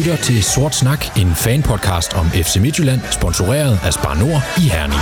lytter til Sort Snak, en fanpodcast om FC Midtjylland, sponsoreret af Spar Nord i Herning.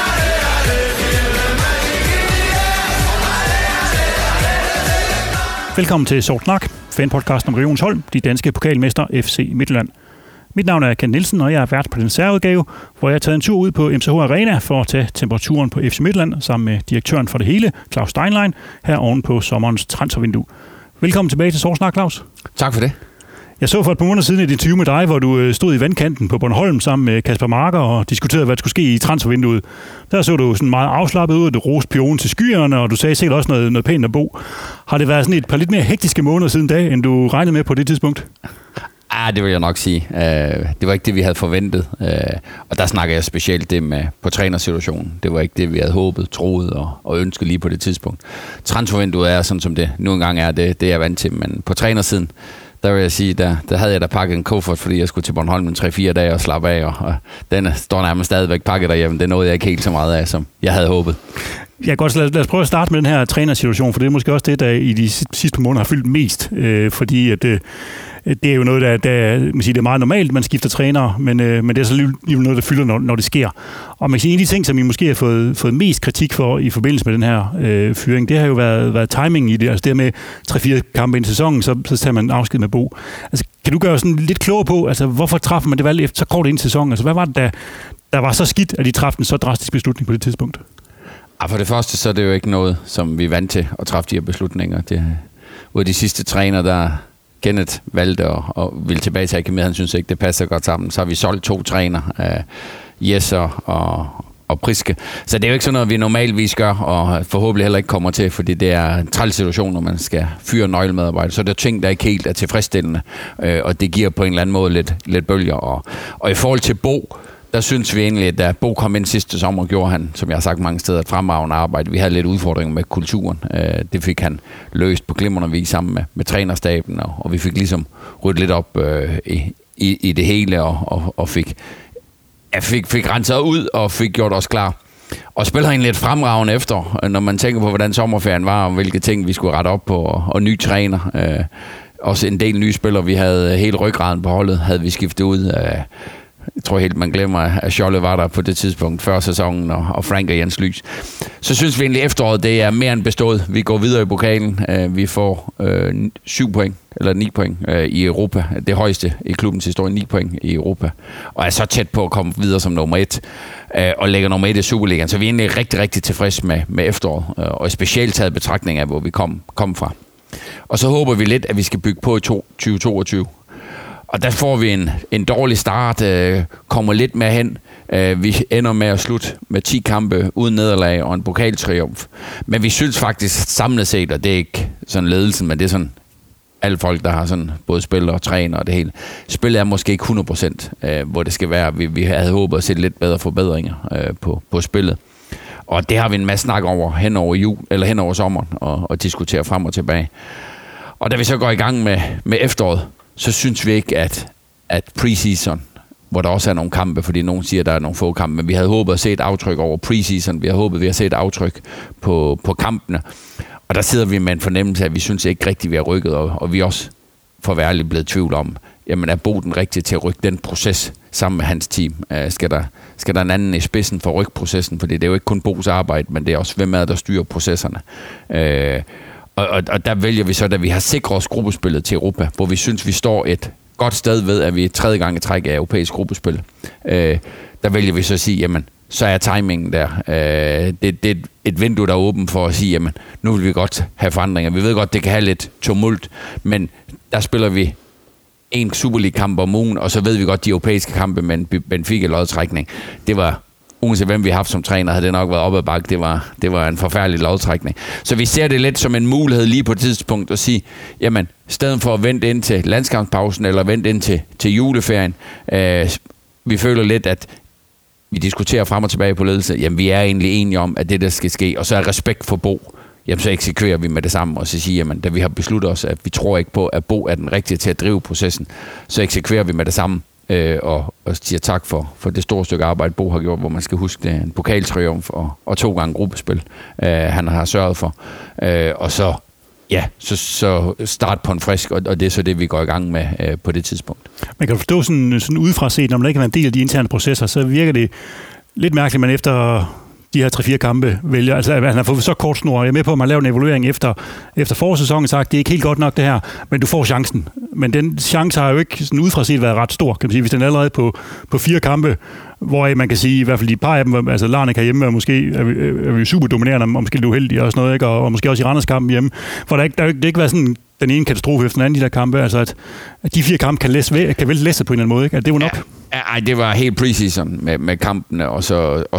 Velkommen til Sort Snak, fanpodcast om Regionens hold, de danske pokalmester FC Midtjylland. Mit navn er Ken Nielsen, og jeg er vært på den særudgave, hvor jeg har taget en tur ud på MCH Arena for at tage temperaturen på FC Midtjylland sammen med direktøren for det hele, Claus Steinlein, her oven på sommerens transfervindue. Velkommen tilbage til Sort Snak, Claus. Tak for det. Jeg så for et par måneder siden et interview med dig, hvor du stod i vandkanten på Bornholm sammen med Kasper Marker og diskuterede, hvad der skulle ske i transfervinduet. Der så du sådan meget afslappet ud, og du roste pionen til skyerne, og du sagde sikkert også noget pænt at bo. Har det været sådan et par lidt mere hektiske måneder siden da, end du regnede med på det tidspunkt? Det vil jeg nok sige. Det var ikke det, vi havde forventet. Og der snakker jeg specielt det med på trænersituationen. Det var ikke det, vi havde håbet, troet og ønsket lige på det tidspunkt. Transfervinduet er sådan, som det nu engang er. Det er jeg vant til. Men på trænersiden, der vil jeg sige, der havde jeg da pakket en kuffert, fordi jeg skulle til Bornholm 3-4 dage og slappe af. Og den står nærmest stadigvæk pakket derhjemme. Det nåede jeg ikke helt så meget af, som jeg havde håbet. Ja, godt. Lad os prøve at starte med den her trænersituation, for det er måske også det, der i de sidste par måneder har fyldt mest. Fordi at det er jo noget, man siger, det er meget normalt, man skifter trænere, men det er så lige noget, der fylder, når det sker. Og man kan sige, en af de ting, som I måske har fået mest kritik for i forbindelse med den her fyring, det har jo været timingen i det. Altså det med 3-4 kampe ind i sæsonen, så tager man afsked med Bo. Altså, kan du gøre sådan lidt klogere på, altså hvorfor træffer man det valg efter så kort ind i sæsonen? Altså hvad var det, der var så skidt, at de træffede en så drastisk beslutning på det tidspunkt? For det første, så er det jo ikke noget, som vi er vant til at træffe de her beslutninger. Ud af de sidste træner, der Kenneth valgte og ville tilbage til Akademiet, han synes ikke, det passer godt sammen. Så har vi solgt 2 træner, Jesser og Priske. Så det er jo ikke sådan noget, vi normalvis gør, og forhåbentlig heller ikke kommer til, fordi det er en træls situation, når man skal fyre nøglemedarbejdere. Så det er ting, der ikke helt er tilfredsstillende, og det giver på en eller anden måde lidt bølger. Og i forhold til Bo, der synes vi egentlig, at da Bo kom ind sidste sommer, gjorde han, som jeg har sagt mange steder, et fremragende arbejde. Vi havde lidt udfordringer med kulturen. Det fik han løst på glimrende vis sammen med trænerstaben, og vi fik ligesom ryddet lidt op i det hele, og fik renset ud og fik gjort os klar. Og spiller egentlig lidt fremragende efter, når man tænker på, hvordan sommerferien var, og hvilke ting vi skulle rette op på, og ny træner. Også en del nye spillere. Vi havde hele ryggraden på holdet, havde vi skiftet ud. Jeg tror helt, man glemmer, at Scholle var der på det tidspunkt før sæsonen, og Frank og Jens Lys. Så synes vi egentlig efteråret, det er mere end bestået. Vi går videre i pokalen. Vi får 7 point, eller 9 point i Europa. Det højeste i klubbens historie, 9 point i Europa. Og er så tæt på at komme videre som nummer 1, og lægger nummer 1 i Superligaen. Så vi er egentlig rigtig, rigtig tilfredse med efteråret, og specielt taget betragtning af, hvor vi kom fra. Og så håber vi lidt, at vi skal bygge på i 2022. Og der får vi en dårlig start, kommer lidt mere hen. Vi ender med at slutte med 10 kampe uden nederlag og en pokaltriumf. Men vi synes faktisk samlet set, og det er ikke sådan ledelsen, men det er sådan alle folk, der har sådan både spillere og træner og det hele. Spillet er måske ikke 100%, hvor det skal være. Vi havde håbet at se lidt bedre forbedringer på spillet. Og det har vi en masse snak over hen over sommeren og diskutere frem og tilbage. Og da vi så går i gang med efteråret, så synes vi ikke, at preseason, hvor der også er nogle kampe, fordi nogen siger, at der er nogle få kampe, men vi havde håbet at se et aftryk over preseason. Vi havde håbet, at vi havde set et aftryk på kampene. Og der sidder vi med en fornemmelse af, at vi synes ikke rigtigt, vi har rykket, og vi er også for værligt blevet tvivl om, jamen er Bo den rigtige til at rykke den proces sammen med hans team? Skal der en anden i spidsen for rykprocessen? Fordi det er jo ikke kun Bos arbejde, men det er også hvem er der styrer processerne. Og der vælger vi så, da vi har sikret os gruppespillet til Europa, hvor vi synes, vi står et godt sted ved, at vi er 3. gang i træk af europæisk gruppespil. Der vælger vi så at sige, jamen, så er timingen der. Det er et vindue, der er åbent for at sige, jamen, nu vil vi godt have forandringer. Vi ved godt, det kan have lidt tumult, men der spiller vi en Superliga-kamp om ugen, og så ved vi godt, de europæiske kampe med en Benfica-lodtrækning, det var uanset hvem vi har haft som træner, havde det nok været op ad bakke. Det var en forfærdelig lodtrækning. Så vi ser det lidt som en mulighed lige på et tidspunkt at sige, jamen, i stedet for at vente ind til landskampspausen eller vente ind til juleferien, vi føler lidt, at vi diskuterer frem og tilbage på ledelse, jamen, vi er egentlig enige om, at det der skal ske, og så er respekt for Bo. Jamen, så eksekverer vi med det samme, og så siger, jamen, da vi har besluttet os, at vi tror ikke på, at Bo er den rigtige til at drive processen, så eksekverer vi med det samme. Og siger tak for det store stykke arbejde, Bo har gjort, hvor man skal huske, det er en pokaltriumf og 2 gange gruppespil, han har sørget for. Og så ja, så start på en frisk, og det er så det, vi går i gang med på det tidspunkt. Man kan forstå sådan udefra set, når man ikke har en del af de interne processer, så virker det lidt mærkeligt, man efter de her 3-4 kampe vælger. Altså, han har fået så kort snor. Jeg er med på, at man laver en evaluering efter forårssæsonen og sagt, det er ikke helt godt nok det her, men du får chancen. Men den chance har jo ikke sådan udefra set været ret stor, kan man sige, hvis den er allerede på 4 kampe, hvor man kan sige, i hvert fald de par af dem, altså Larnac hjemme, og måske er vi super dominerende, og måske lidt uheldige og sådan noget, ikke? Og måske også i Randers kampen hjemme, hvor det ikke været sådan den ene katastrofe efter den anden, de der kampe, altså at de 4 kampe kan vel læse på en eller anden måde, ikke? At det var nok. Ja, det var helt preseason med kampene, og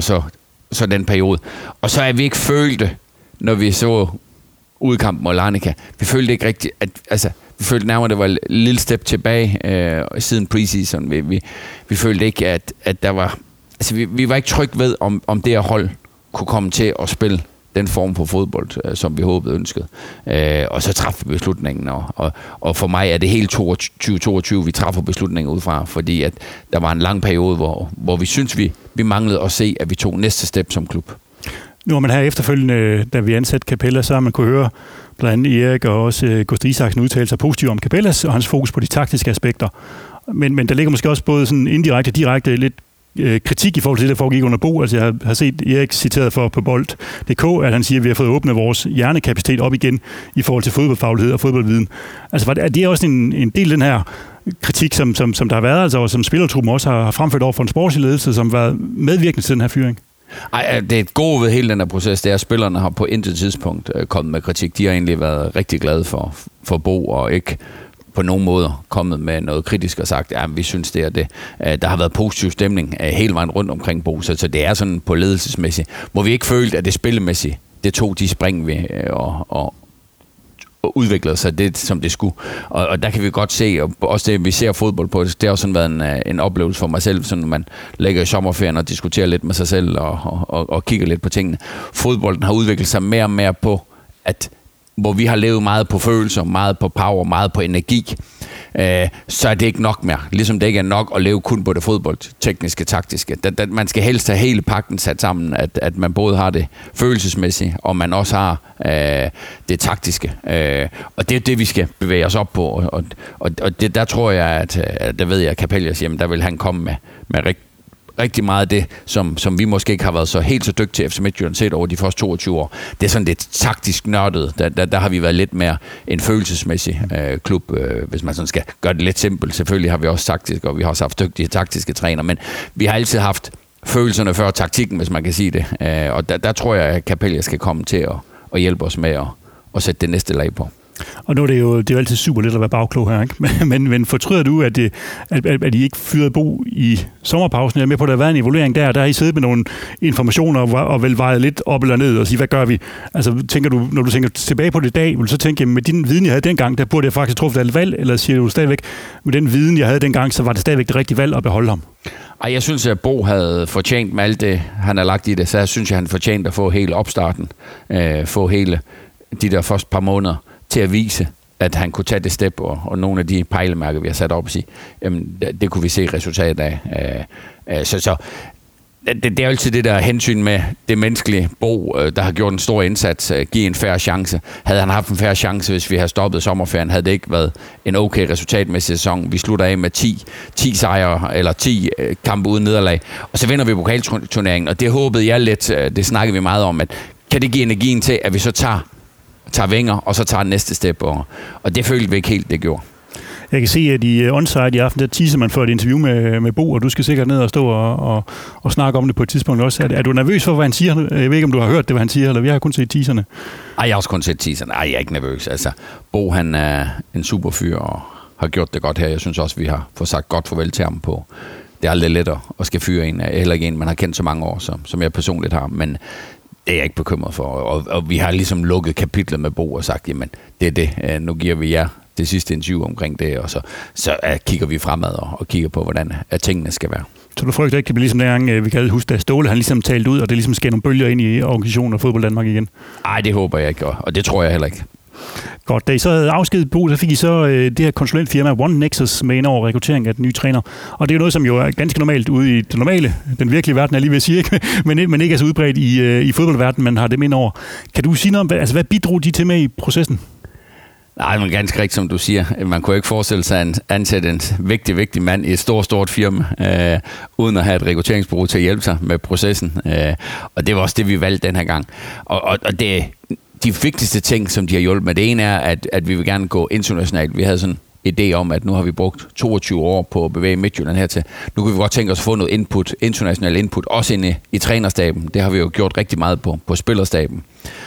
så den periode. Og så er vi ikke følte, når vi så udkampen mod Larnac. Vi følte ikke rigtigt, vi følte nærmere, at det var et lille step tilbage siden preseason. Vi følte ikke, at der var... Altså, vi var ikke trygge ved, om det her hold kunne komme til at spille den form for fodbold, som vi håbede ønskede. Og så træffede vi beslutningen. Og for mig er det helt 2022, vi træffer beslutningen ud fra, fordi at der var en lang periode, hvor vi synes vi manglede at se, at vi tog næste step som klub. Nu har man her efterfølgende, da vi ansatte Capella, så har man kunne høre blandt andet Erik og også Gustav Isaksen udtale sig positivt om Capellas og hans fokus på de taktiske aspekter. Men der ligger måske også både sådan indirekte og direkte lidt kritik i forhold til det, der foregik under Bo. Altså jeg har set Erik citeret for på Bold.dk, at han siger, at vi har fået åbnet vores hjernekapacitet op igen i forhold til fodboldfaglighed og fodboldviden. Altså er det også en del af den her kritik, som der har været, altså, og som spillertruppen også har fremført over for en sportslig ledelse, som har været medvirkende til den her fyring? Ej, det er et gode ved hele den her proces, det er, at spillerne har på intet tidspunkt kommet med kritik. De har egentlig været rigtig glade for Bo, og ikke på nogen måder kommet med noget kritisk og sagt, ja, vi synes det er det. Der har været positiv stemning hele vejen rundt omkring Bo, så det er sådan på ledelsesmæssigt, hvor vi ikke følte, at det spillemæssigt, det tog de spring ved og udviklede sig det, som det skulle. Og der kan vi godt se, og også det, vi ser fodbold på, det har også sådan været en oplevelse for mig selv, sådan man lægger i sommerferien og diskuterer lidt med sig selv og kigger lidt på tingene. Fodbolden har udviklet sig mere og mere på, at hvor vi har levet meget på følelser, meget på power, meget på energi, så er det ikke nok mere. Ligesom det ikke er nok at leve kun på det fodboldtekniske, taktiske. Man skal helst have hele pakken sat sammen, at man både har det følelsesmæssige, og man også har det taktiske. Og det er det, vi skal bevæge os op på. Og det, der tror jeg, at der ved jeg, at Capellas hjemme, der vil han komme med rigtig meget af det, som vi måske ikke har været så helt så dygtige til FC Midtjylland set over de første 22 år. Det er sådan lidt taktisk nørdet. Der har vi været lidt mere en følelsesmæssig klub, hvis man sådan skal gøre det lidt simpelt. Selvfølgelig har vi også taktisk, og vi har også haft dygtige taktiske træner, men vi har altid haft følelserne før taktikken, hvis man kan sige det. Og der tror jeg, at Capella skal komme til at hjælpe os med at sætte det næste lag på. Og nu er det jo altid super lidt at være bagklog her, ikke? Men fortryder du, at I ikke fyrede Bo i sommerpausen? Jeg er med på, at der har været en evaluering der har I siddet med nogle informationer og vel vejet lidt op eller ned og sige, hvad gør vi? Altså, tænker du, når du tænker tilbage på det i dag, vil du så tænke, med din viden, jeg havde dengang, der burde jeg faktisk truffet et valg, eller siger du stadigvæk, med den viden, jeg havde dengang, så var det stadigvæk det rigtige valg at beholde ham? Ej, jeg synes, at Bo havde fortjent med alt det, han har lagt i det, så jeg synes, at han fortjente at få hele opstarten, få hele de der første par måneder til at vise, at han kunne tage det step, og nogle af de pejlemærker, vi har sat op og sige, jamen, det kunne vi se resultatet af. Så det er altid det der hensyn med det menneskelige. Bo, der har gjort en stor indsats, give en fair chance. Havde han haft en fair chance, hvis vi havde stoppet sommerferien, havde det ikke været en okay resultatmæssig sæson. Vi slutter af med 10 sejre, eller 10 kampe uden nederlag, og så vinder vi pokalturneringen, og det håbede jeg lidt, det snakkede vi meget om, at kan det give energien til, at vi så tager Wenger, og så tager næste step, og det følte vi ikke helt, det gjorde. Jeg kan se, at i onsite i aften, der teaser man for et interview med Bo, og du skal sikkert ned og stå og snakke om det på et tidspunkt også. Er du nervøs for, hvad han siger? Jeg ved ikke, om du har hørt det, hvad han siger, eller vi har kun set teaserne. Ej, jeg har også kun set teaserne. Ej, jeg er ikke nervøs. Altså, Bo, han er en super fyr, og har gjort det godt her. Jeg synes også, vi har fået sagt godt farvel til ham på. Det er aldrig lettere at skal fyre en, heller ikke en, man har kendt så mange år, som jeg personligt har, men det er jeg ikke bekymret for, og vi har ligesom lukket kapitlet med Bo og sagt, jamen, det er det, nu giver vi jer det sidste interview omkring det, og så kigger vi fremad og kigger på, hvordan tingene skal være. Så du frygter ikke, det bliver ligesom dengang, vi kan huske, da Ståle han ligesom talt ud, og det ligesom sker nogle bølger ind i organisationen og Fodbold Danmark igen? Nej, det håber jeg ikke, og det tror jeg heller ikke. Godt, da I så havde afskedet Bo, så fik I så det her konsulentfirma One Nexus med ind over rekruttering af den nye træner. Og det er jo noget, som jo er ganske normalt ude i den normale, den virkelige verden, er lige ved at sige, ikke? Men ikke er så udbredt i fodboldverdenen, man har dem ind over. Kan du sige noget om, hvad bidrog de til med i processen? Nej, men ganske rigtigt, som du siger. Man kunne ikke forestille sig at ansætte en vigtig mand i et stort firma, uden at have et rekrutteringsbureau til at hjælpe sig med processen. Og det var også det, vi valgte den her gang. Og det de vigtigste ting, som de har hjulpet med, det ene er, at vi vil gerne gå internationalt. Vi havde sådan idé om, at nu har vi brugt 22 år på at bevæge Midtjylland hertil. Nu kan vi godt tænke os at få noget input, international input, også inde i trænerstaben. Det har vi jo gjort rigtig meget på spillerstaben.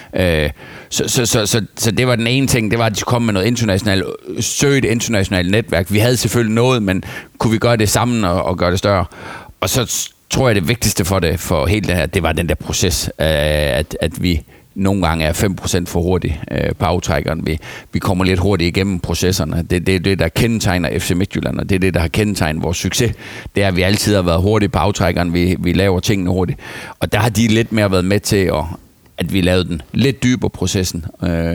Så det var den ene ting, det var, at de skulle komme med noget internationalt, søge et internationalt netværk. Vi havde selvfølgelig noget, men kunne vi gøre det sammen og gøre det større? Og så tror jeg, det vigtigste for hele det her, det var den der proces, at vi nogle gange er 5% for hurtigt på aftrækkeren. Vi kommer lidt hurtigt igennem processerne. Det er det, der kendetegner FC Midtjylland, og det er det, der har kendetegnet vores succes. Det er, at vi altid har været hurtigt på aftrækkeren. Vi laver tingene hurtigt. Og der har de lidt mere været med til, at vi lavede den lidt dybere processen,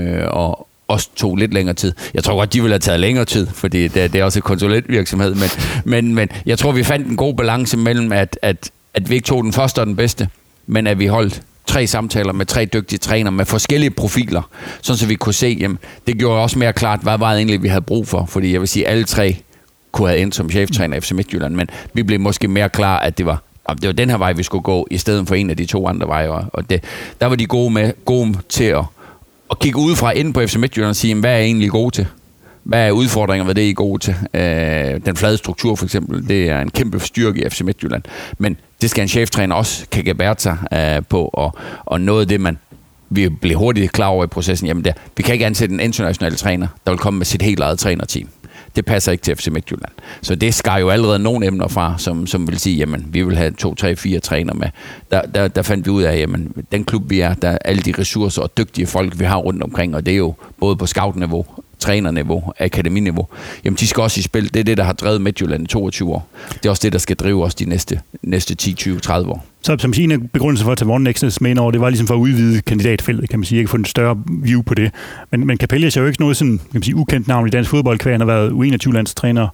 og også tog lidt længere tid. Jeg tror godt, de ville have taget længere tid, fordi det er også en konsulentvirksomhed, men jeg tror, vi fandt en god balance mellem, at vi ikke tog den første og den bedste, men at vi holdt 3 samtaler med 3 dygtige trænere med forskellige profiler, sådan så vi kunne se, jamen, det gjorde også mere klart, hvad var det egentlig, vi havde brug for, fordi jeg vil sige, alle 3 kunne have endt som cheftræner i FC Midtjylland, men vi blev måske mere klar, at det var den her vej, vi skulle gå, i stedet for en af de 2 andre veje, og der var de gode til at kigge udefra ind på FC Midtjylland og sige, jamen, hvad er I egentlig gode til? Hvad er udfordringer ved det, I er gode til? Den flade struktur for eksempel, det er en kæmpe styrke i FC Midtjylland. Men det skal en cheftræner også kan gebære sig på, og noget af det, vi blev hurtigt klar over i processen, jamen vi kan ikke ansætte en international træner, der vil komme med sit helt eget trænerteam. Det passer ikke til FC Midtjylland. Så det skar jo allerede nogle emner fra, som vil sige, jamen vi vil have 2, 3, 4 træner med. Der fandt vi ud af, jamen den klub vi er, der er alle de ressourcer og dygtige folk, vi har rundt omkring, og det er jo både på scout-niveau, trænerniveau, akademiniveau, jamen de skal også i spil. Det er det, der har drevet Midtjylland i 22 år. Det er også det, der skal drive os de næste 10, 20, 30 år. Så som sin begrundelse for at tage OneNexus med ind over, det var ligesom for at udvide kandidatfeltet, kan man sige, ikke få en større view på det. Men Capellas er jo ikke noget sådan, kan man sige, ukendt navn i dansk fodbold, kvæg han har været U21-landstræner.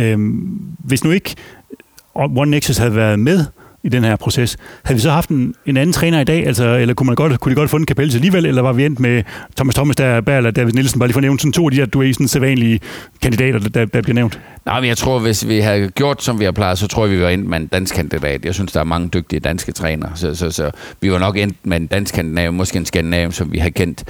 Hvis nu ikke OneNexus havde været med i den her proces, havde vi så haft en anden træner i dag, altså, eller kunne de godt have fundet Capellas alligevel, eller var vi endt med Thomas der eller David Nielsen, bare lige for at nævne sådan 2 af de der, du er sådan sædvanlige kandidater, der bliver nævnt? Nej, men jeg tror, hvis vi havde gjort, som vi har plejet, så tror jeg, vi var endt med en dansk kandidat. Jeg synes, der er mange dygtige danske trænere, så vi var nok endt med en dansk kandidat, måske en skandinav, som vi har kendt.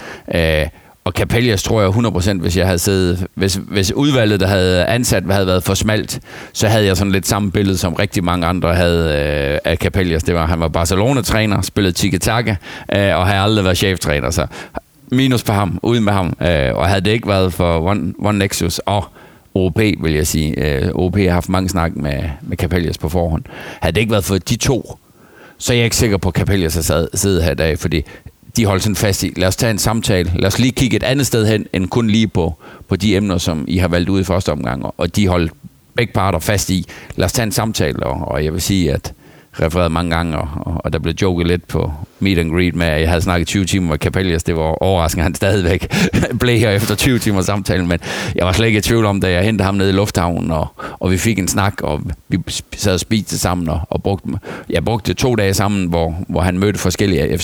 Og Capellas tror jeg 100%, hvis jeg havde siddet, hvis udvalget, der havde ansat, havde været for smalt, så havde jeg sådan lidt samme billede, som rigtig mange andre havde af Capellas. Han var Barcelona-træner, spillede tiki-taka, og havde aldrig været cheftræner, så minus på ham, uden med ham. Og havde det ikke været for OneNexus og OP, vil jeg sige, OP har haft mange snak med Capellas på forhånd. Havde det ikke været for de 2, så er jeg ikke sikker på, at Capellas har siddet her i dag, fordi de holdt sådan fast i, lad os tage en samtale, lad os lige kigge et andet sted hen, end kun lige på de emner, som I har valgt ud i første omgang, og de holdt begge parter fast i, lad os tage en samtale, og jeg vil sige, at refereret mange gange, og der blev joket lidt på meet and greet med, at jeg havde snakket 20 timer med Capellas. Det var overraskende, han stadigvæk blev her efter 20 timer samtale, men jeg var slet ikke i tvivl om, da jeg hentede ham ned i lufthavnen, og vi fik en snak, og vi sad og spiste sammen, og brugte 2 dage sammen, hvor han mødte forskellige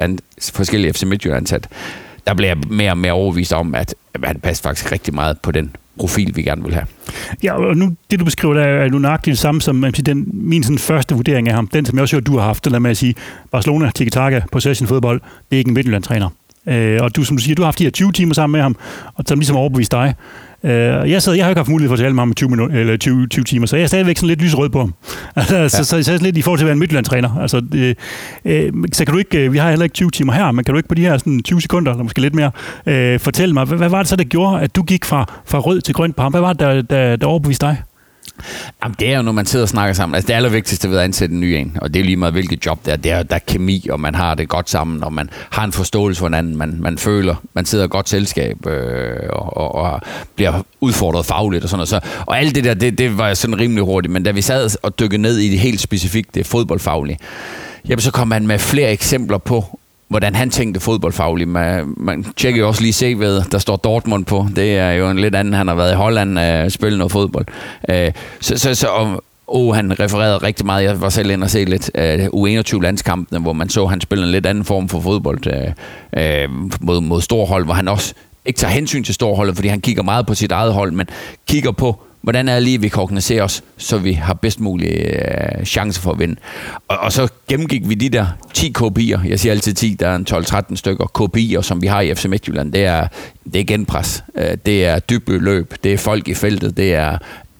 FC Midtjylland-ansat. Der blev jeg mere og mere overbevist om, at han passede faktisk rigtig meget på den profil, vi gerne vil have. Ja, og nu, det du beskriver, der er nu nøjagtigt det samme som min sådan første vurdering af ham. Den, som jeg også hører, du har haft, der med at sige, Barcelona, tiki-taka, possession fodbold, det er ikke en Midtjylland-træner. Og du, som du siger, du har haft de her 20 timer sammen med ham, og som ligesom overbevist dig. Jeg har jo ikke haft mulighed for at tale med ham i 20 timer, så jeg er stadigvæk sådan lidt lyserød på ham. Altså, så jeg er sådan lidt i forhold til at være en Midtjylland-træner. Altså, så kan du ikke, vi har heller ikke 20 timer her, men kan du ikke på de her sådan 20 sekunder, eller måske lidt mere, fortælle mig, hvad var det så, der gjorde, at du gik fra rød til grøn på ham? Hvad var det, der overbeviste dig? Jamen, det er jo, når man sidder og snakker sammen. Altså, det allervigtigste ved at ansætte en ny en, og det er lige meget, hvilket job det er. Der er kemi, og man har det godt sammen, og man har en forståelse for hinanden. Man føler, man sidder i godt selskab, og bliver udfordret fagligt og sådan noget. Så, og alt det der, det var sådan rimelig hurtigt. Men da vi sad og dykkede ned i det helt specifikt, det fodboldfaglige, jamen, så kom man med flere eksempler på, hvordan han tænkte fodboldfagligt. Man tjekker jo også lige CV'et, der står Dortmund på. Det er jo en lidt anden. Han har været i Holland, spillet noget fodbold. Han refererede rigtig meget. Jeg var selv inde og se lidt U21-landskampene, hvor man så, han spillede en lidt anden form for fodbold mod storhold, hvor han også ikke tager hensyn til storholdet, fordi han kigger meget på sit eget hold, men kigger på, hvordan er det lige, vi kan organisere os, så vi har bedst mulige chance for at vinde. Og så gennemgik vi de der 10 KPI'er. Jeg siger altid 10, der er en 12-13 stykker KPI'er, som vi har i FC Midtjylland. Det er genpres, det er dybdeløb, det er folk i feltet, det er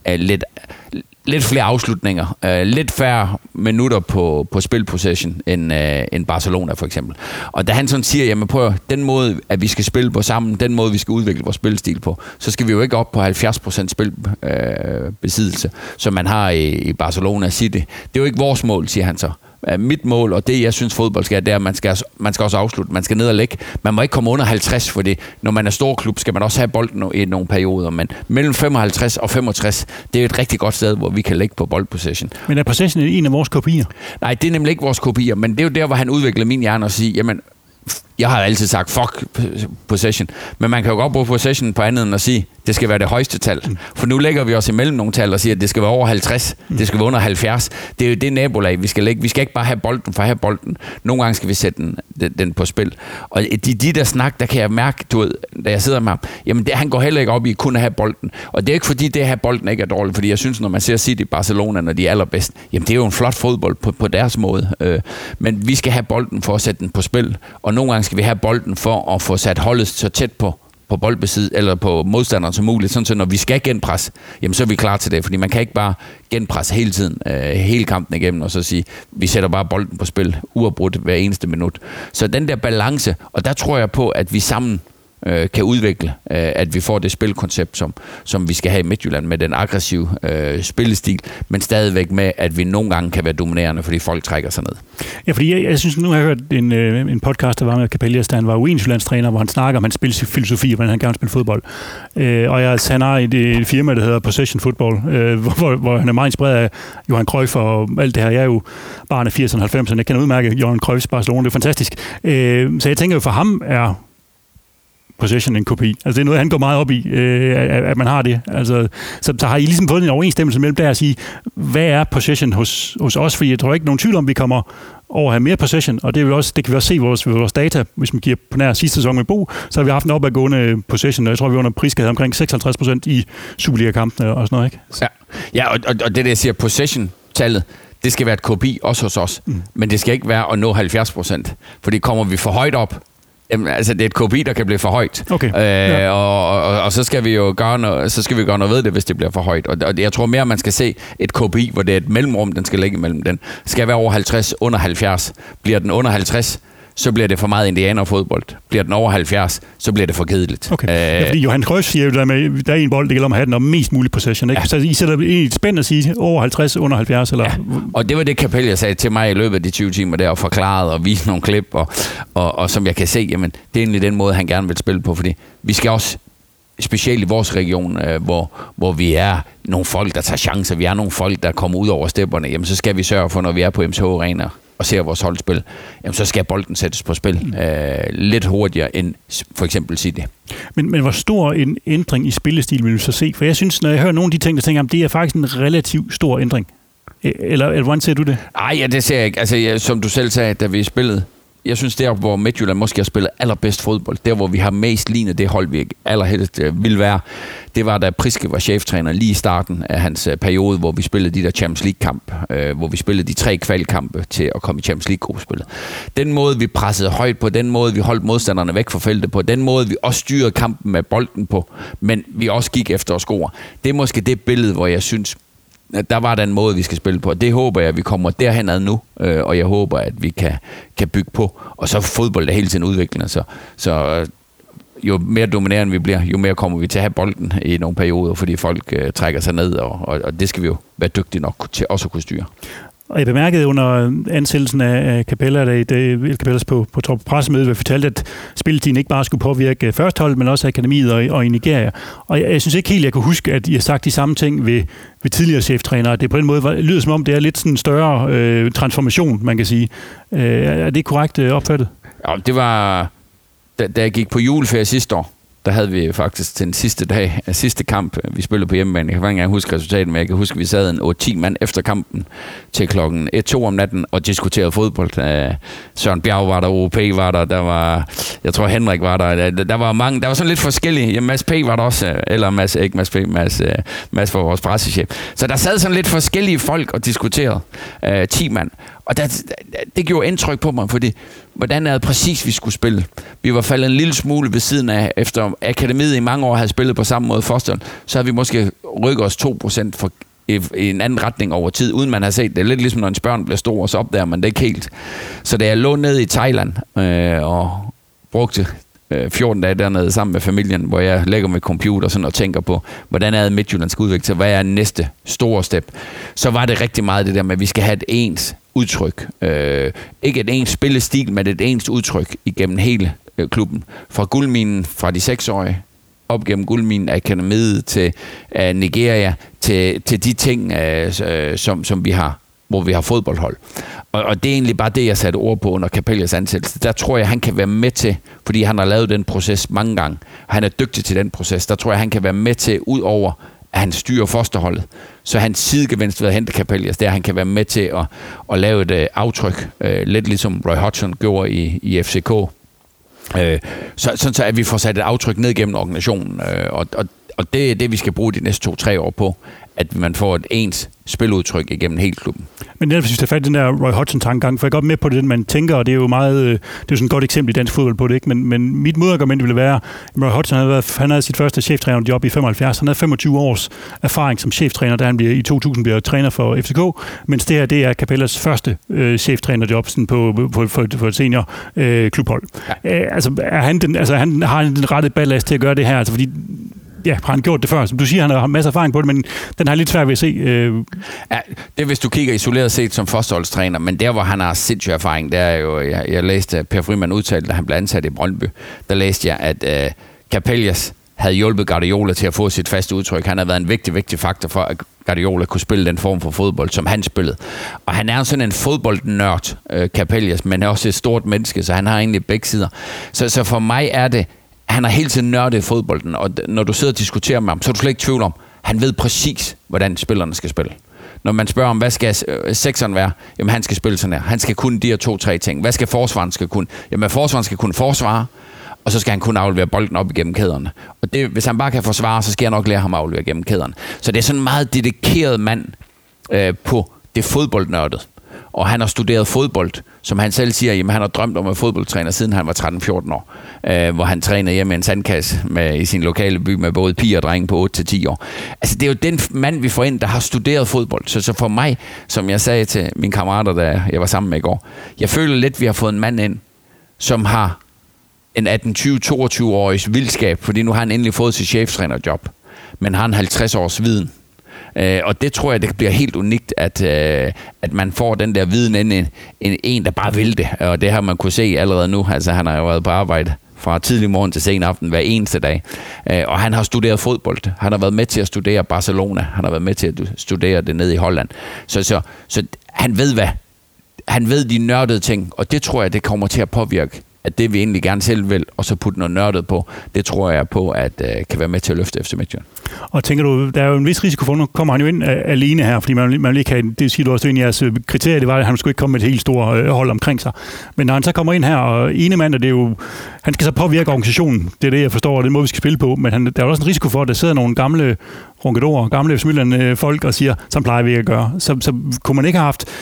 lidt flere afslutninger, lidt færre minutter på spilpossession end Barcelona for eksempel. Og da han sådan siger, jamen prøv den måde, at vi skal spille på sammen, den måde, vi skal udvikle vores spilstil på, så skal vi jo ikke op på 70% spilbesiddelse, som man har i Barcelona City. Det er jo ikke vores mål, siger han så. Mit mål, og det jeg synes fodbold skal, det er, at man skal også afslutte. Man skal ned og lægge. Man må ikke komme under 50, fordi når man er stor klub, skal man også have bolden i nogle perioder. Men mellem 55 og 65, det er et rigtig godt sted, hvor vi kan lægge på boldpossession. Men er possession en af vores kopier? Nej, det er nemlig ikke vores kopier, men det er jo der, hvor han udvikler min hjerne og siger, jamen, jeg har altid sagt, fuck possession. Men man kan jo godt bruge possession på andet end at sige, det skal være det højeste tal. For nu lægger vi os imellem nogle tal og siger, at det skal være over 50, det skal være under 70. Det er jo det nabolag, vi skal lægge. Vi skal ikke bare have bolden for at have bolden. Nogle gange skal vi sætte den på spil. Og de der snak, der kan jeg mærke, du ved, da jeg sidder med ham, jamen han går heller ikke op i kun at have bolden. Og det er ikke fordi, det at have bolden ikke er dårligt, fordi jeg synes, når man ser City i Barcelona, når de er allerbedst, jamen det er jo en flot fodbold på deres måde. Men vi skal have bolden for at sætte den på spil. Og nogle gange skal vi have bolden for at få sat holdet så tæt på boldbesiddelse eller på modstanderen som muligt, sådan så når vi skal genpresse, jamen så er vi klar til det, fordi man kan ikke bare genpresse hele tiden, hele kampen igennem, og så sige, vi sætter bare bolden på spil, uafbrudt hver eneste minut. Så den der balance, og der tror jeg på, at vi sammen kan udvikle, at vi får det spilkoncept, som vi skal have i Midtjylland, med den aggressive spillestil, men stadigvæk med, at vi nogle gange kan være dominerende, fordi folk trækker sig ned. Ja, fordi jeg synes, nu har jeg hørt en podcast, der var med Capellas, da han var U21-landstræner, hvor han snakker om hans spilfilosofi, hvordan han gerne vil spille fodbold. Og han har et firma, der hedder Possession Football, hvor han er meget inspireret af Johan Cruyff og alt det her. Jeg er jo barn af 80'erne og 90'erne. Jeg kan udmærke Johan Cruyffs Barcelona. Det er fantastisk. Så jeg tænker jo, for ham er possession en kopi. Altså det er noget, han går meget op i, at man har det. Altså, så har I ligesom fået en overensstemmelse mellem der at sige, hvad er possession hos os? Fordi jeg tror ikke nogen tvivl om, vi kommer over at have mere possession, og det kan vi også se vores data, hvis man giver på nær sidste sæson med Bo, så har vi haft en opadgående possession, og jeg tror, vi under Priska havde omkring 56% i Superliga-kampene og sådan noget, ikke? Ja, og det der siger possession-tallet, det skal være et kopi også hos os, men det skal ikke være at nå 70%, fordi kommer vi for højt op, jamen, altså det er et kopi, der kan blive for højt. Okay. Og så skal vi jo gøre noget ved det, hvis det bliver for højt. Og jeg tror mere, man skal se et kopi, hvor det er et mellemrum, den skal ligge imellem. Den skal være over 50, under 70. Bliver den under 50, så bliver det for meget indianerfodbold. Bliver den over 70, så bliver det for kedeligt. Okay. Ja, fordi Johan Cruyff siger jo, der er en bold, det gælder om at have den om mest mulig possession. Ikke? Ja. Så I sætter i et spænd at sige over 50, under 70? Eller? Ja. Og det var det, Capellas sagde til mig i løbet af de 20 timer der, og forklarede og viste nogle klip, og som jeg kan se, jamen, det er egentlig den måde, han gerne vil spille på, fordi vi skal også, specielt i vores region, hvor vi er nogle folk, der tager chancer, vi er nogle folk, der kommer ud over stepperne, jamen så skal vi sørge for, når vi er på MTH Arena og ser vores holdspil, jamen så skal bolden sættes på spil lidt hurtigere end for eksempel City. Men hvor stor en ændring i spillestil vil du så se? For jeg synes, når jeg hører nogle af de ting, der tænker, det er faktisk en relativt stor ændring. Eller hvordan ser du det? Nej, ja, det ser jeg ikke. Altså, som du selv sagde, da vi spillede, jeg synes, der hvor Midtjylland måske har spillet allerbedst fodbold, der hvor vi har mest lignet det hold, vi allerhelst ville være, det var da Priske var cheftræner lige i starten af hans periode, hvor vi spillede de der Champions League-kamp, hvor vi spillede de 3 kvalkampe til at komme i Champions League-gruppespillet. Den måde, vi pressede højt på, den måde, vi holdt modstanderne væk fra feltet på, den måde, vi også styrede kampen med bolden på, men vi også gik efter at score. Det er måske det billede, hvor jeg synes, der var den måde, vi skal spille på. Det håber jeg, at vi kommer derhen ad nu, og jeg håber, at vi kan bygge på. Og så fodbold er hele tiden udviklende, så jo mere dominerende vi bliver, jo mere kommer vi til at have bolden i nogle perioder, fordi folk trækker sig ned, og det skal vi jo være dygtige nok til også at kunne styre. Og jeg bemærkede under ansættelsen af Capellas på pressemødet, hvor vi fortalte, at spilletiden ikke bare skulle påvirke førsteholdet, men også akademiet og i Nigeria. Og jeg synes ikke helt, jeg kunne huske, at I har sagt de samme ting ved tidligere cheftrænere. Det på den måde lyder som om, det er lidt sådan en større transformation, man kan sige. Er det korrekt opfattet? Ja, det var, da jeg gik på juleferie sidste år, der havde vi faktisk til den sidste kamp, vi spillede på hjemmebane. Jeg kan ikke engang huske resultatet, men jeg kan huske, at vi sad en 8-10 mand efter kampen til klokken 1-2 om natten og diskuterede fodbold. Søren Bjerg var der, OP var der var, jeg tror Henrik var der. Der var mange, der var sådan lidt forskellige. Ja, Mads P. var der også, eller Mads var vores pressechef. Så der sad sådan lidt forskellige folk og diskuterede 10 mand. Og det gjorde indtryk på mig, fordi hvordan er det præcis, vi skulle spille. Vi var faldet en lille smule ved siden af, efter akademiet i mange år havde spillet på samme måde Foster, så havde vi måske rykket os 2% i en anden retning over tid, uden man har set det. Lidt ligesom når en børn bliver stor, og så opdager man det ikke helt. Så da jeg lå nede i Thailand og brugte 14 dage dernede sammen med familien, hvor jeg lægger med computer sådan og tænker på, hvordan er Midtjylland skal udvikle sig, hvad er næste store step, så var det rigtig meget det der med, at vi skal have et ens udtryk. Ikke et ens spillestil, men et ens udtryk igennem hele klubben. Fra guldminen, fra de 6-årige, op gennem guldminen, akademiet til Nigeria, til de ting, som vi har, hvor vi har fodboldhold. Og det er egentlig bare det, jeg satte ord på under Capellas ansættelse. Der tror jeg, han kan være med til, fordi han har lavet den proces mange gange, og han er dygtig til den proces, der tror jeg, han kan være med til, ud over at han styrer Fosterholdet. Så hans sidegevinst ved at hente Capellas, det er, at han kan være med til at lave et aftryk, lidt ligesom Roy Hodgson gjorde i FCK. Så at vi får sat et aftryk ned gennem organisationen, og det er det, vi skal bruge de næste 2-3 år på, at man får et ens spiludtryk igennem hele klubben. Men jeg synes, det er fat i den der Roy Hodgson-tankegang, for jeg er godt med på det, man tænker, og det er jo meget, det er jo sådan et godt eksempel i dansk fodbold på det, ikke? Men mit modargument ville være, at Roy Hodgson han havde sit første cheftrænerjob i 75, han havde 25 års erfaring som cheftræner, da han i 2000 bliver træner for FCK, mens det her, det er Capellas første cheftrænerjob sådan på et senior klubhold. Ja. Han har den rette ballast til at gøre det her, altså fordi ja, har han gjort det før? Som du siger, han har masser af erfaring på det, men den har lidt svært ved at se. Ja, det er, hvis du kigger isoleret set som førsteholdstræner, men der, hvor han har sindssyg erfaring, det er jo, jeg læste Per Frimann udtalt, da han blev ansat i Brøndby, der læste jeg, at Capellas havde hjulpet Guardiola til at få sit faste udtryk. Han har været en vigtig faktor for, at Guardiola kunne spille den form for fodbold, som han spillede. Og han er sådan en fodboldnørd, Capellas, men er også et stort menneske, så han har egentlig begge sider. Så for mig er det, han har hele tiden nørdet fodbolden, og når du sidder og diskuterer med ham, så er du slet ikke tvivl om, han ved præcis, hvordan spillerne skal spille. Når man spørger om, hvad skal sekseren være? Jamen, han skal spille sådan her. Han skal kunne de her 2-3 ting. Hvad skal forsvaren skal kunne? Jamen, forsvaren skal kunne forsvare, og så skal han kunne aflevere bolden op igennem kæderne. Og det, hvis han bare kan forsvare, så skal jeg nok lære ham at aflevere igennem kæderne. Så det er sådan en meget dedikeret mand på det fodboldnørdet. Og han har studeret fodbold, som han selv siger, jamen han har drømt om at være fodboldtræner, siden han var 13-14 år, hvor han trænede hjemme i en sandkasse i sin lokale by med både piger og drenge på 8-10 år. Altså det er jo den mand, vi får ind, der har studeret fodbold. Så for mig, som jeg sagde til mine kammerater, da jeg var sammen med i går, jeg føler lidt, vi har fået en mand ind, som har en 18-20-22-årigs vildskab, fordi nu har han endelig fået sit cheftrænerjob, men har en 50 års viden. Og det tror jeg, det bliver helt unikt, at man får den der viden ind en, der bare vil det. Og det har man kunne se allerede nu. Altså, han har jo været på arbejde fra tidlig morgen til sen aften hver eneste dag. Og han har studeret fodbold. Han har været med til at studere Barcelona. Han har været med til at studere det nede i Holland. Så han ved hvad? Han ved de nørdede ting, og det tror jeg, det kommer til at påvirke, at det vi egentlig gerne selv vil, og så putte noget nørdet på, det tror jeg på, at kan være med til at løfte FC Midtjylland. Og tænker du, der er jo en vis risiko for, nu kommer han jo ind alene her, fordi man vil ikke have, det siger du også, at jeres kriterie, det var, at han skulle ikke komme med et helt stort hold omkring sig. Men når han så kommer ind her, og ene mand, det er jo, han skal så påvirke organisationen, det er det, jeg forstår, og den måde, vi skal spille på, men der er også en risiko for, at der sidder nogle gamle ronkedorer, gamle FC Midtjylland folk og siger, sådan plejer vi ikke at gøre. Så kunne man ikke have haft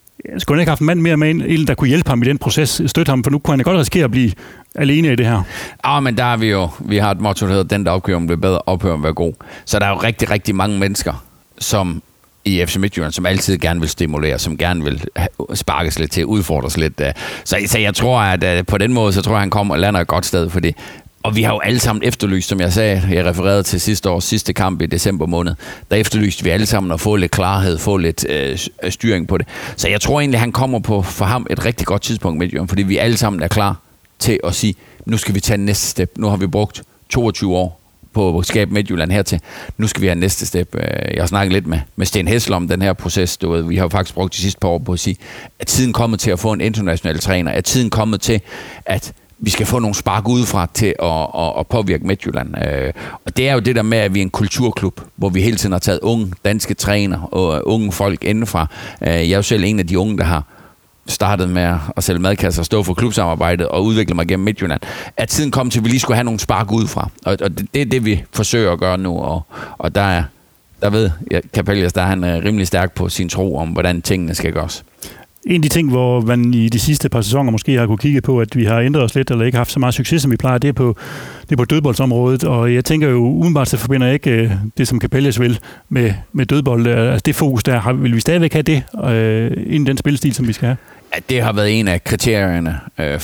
en mand mere med en, der kunne hjælpe ham i den proces, støtte ham, for nu kunne han godt risikere at blive alene i det her. Ja, men der er vi har et motto, der hedder, den der opkører bliver bedre, opkører være god. Så der er jo rigtig, rigtig mange mennesker, som i FC Midtjylland, som altid gerne vil stimulere, som gerne vil sparkes lidt til, udfordres lidt. Så jeg tror, at på den måde, så tror jeg, han kommer og lander et godt sted, fordi og vi har jo alle sammen efterlyst, som jeg sagde, jeg refererede til sidste års sidste kamp i december måned, der efterlyste vi alle sammen at få lidt klarhed, få lidt styring på det. Så jeg tror egentlig, han kommer på for ham et rigtig godt tidspunkt, Midtjylland, fordi vi alle sammen er klar til at sige, nu skal vi tage næste step. Nu har vi brugt 22 år på at skabe Midtjylland hertil. Nu skal vi have næste step. Jeg har snakket lidt med Sten Hessel om den her proces. Vi har jo faktisk brugt de sidste par år på at sige, at tiden kommet til at få en international træner, at tiden kommet til, at vi skal få nogle spark udefra til at påvirke Midtjylland. Og det er jo det der med, at vi er en kulturklub, hvor vi hele tiden har taget unge danske træner og unge folk indenfra. Jeg er jo selv en af de unge, der har startet med at sælge madkasser, stå for klubsamarbejdet og udvikle mig gennem Midtjylland. At tiden kom til, at vi lige skulle have nogle spark udefra. Og det er det, vi forsøger at gøre nu. Og der ved Capellas, der er han rimelig stærk på sin tro om, hvordan tingene skal gøres. En af de ting, hvor man i de sidste par sæsoner måske har kunne kigge på, at vi har ændret os lidt, eller ikke haft så meget succes, som vi plejer, det er på dødboldsområdet. Og jeg tænker jo, umiddelbart så forbinder jeg ikke det, som Capellas vil med dødbold. Altså det fokus der, vil vi stadigvæk have det, inden den spilstil, som vi skal have? Ja, det har været en af kriterierne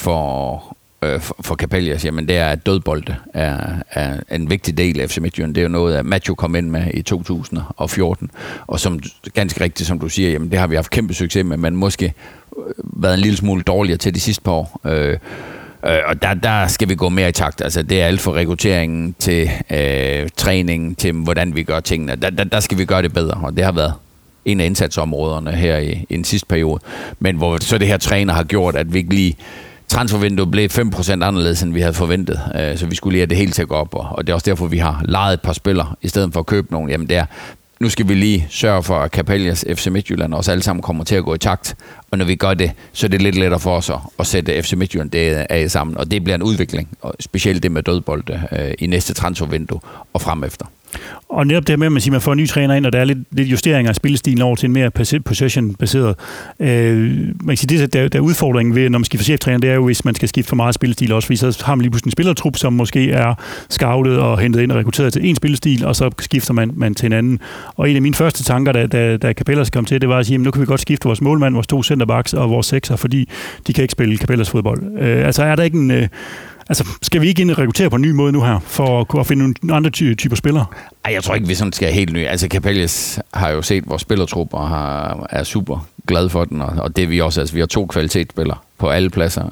for Capellas. Jamen det er, at dødbolde er en vigtig del af FC Midtjylland. Det er jo noget, at Matthew kom ind med i 2014. Og som ganske rigtigt, som du siger, jamen det har vi haft kæmpe succes med, men måske været en lille smule dårligere til de sidste par år. Og der skal vi gå mere i takt. Altså det er alt fra rekrutteringen til træningen, til hvordan vi gør tingene. Der skal vi gøre det bedre, og det har været en af indsatsområderne her i den sidste periode. Men hvor så det her træner har gjort, at vi ikke lige transfervinduet blev 5% anderledes, end vi havde forventet. Så vi skulle lige have det hele til at gå op. Og det er også derfor, vi har lejet et par spillere, i stedet for at købe nogen. Jamen nu skal vi lige sørge for, at Capellas FC Midtjylland også alle sammen kommer til at gå i takt. Og når vi gør det, så er det lidt lettere for os at sætte FC Midtjylland det sammen. Og det bliver en udvikling, og specielt det med dødbolde i næste transfervindue og frem efter. Og netop det med, at man får en ny træner ind, og der er lidt justeringer af spillestilen over til en mere possession-baseret. Man kan sige, det der er udfordringen ved, når man skifter cheftræner, det er jo, hvis man skal skifte for meget spillestil også, fordi så har man lige pludselig en spillertrup, som måske er scoutet og hentet ind og rekrutteret til en spillestil, og så skifter man til en anden. Og en af mine første tanker, da Capellas kom til, det var at sige, nu kan vi godt skifte vores målmand, vores 2 centerbacks og vores 6'er, fordi de kan ikke spille Capellas fodbold. Altså er der ikke en... skal vi ikke ind og rekruttere på en ny måde nu her, for at finde nogle andre typer spillere? Ej, jeg tror ikke, vi sådan skal helt nye. Altså, Capellas har jo set vores spillertrup og er super glad for den, og det er vi også. Altså, vi har 2 kvalitetsspillere på alle pladser.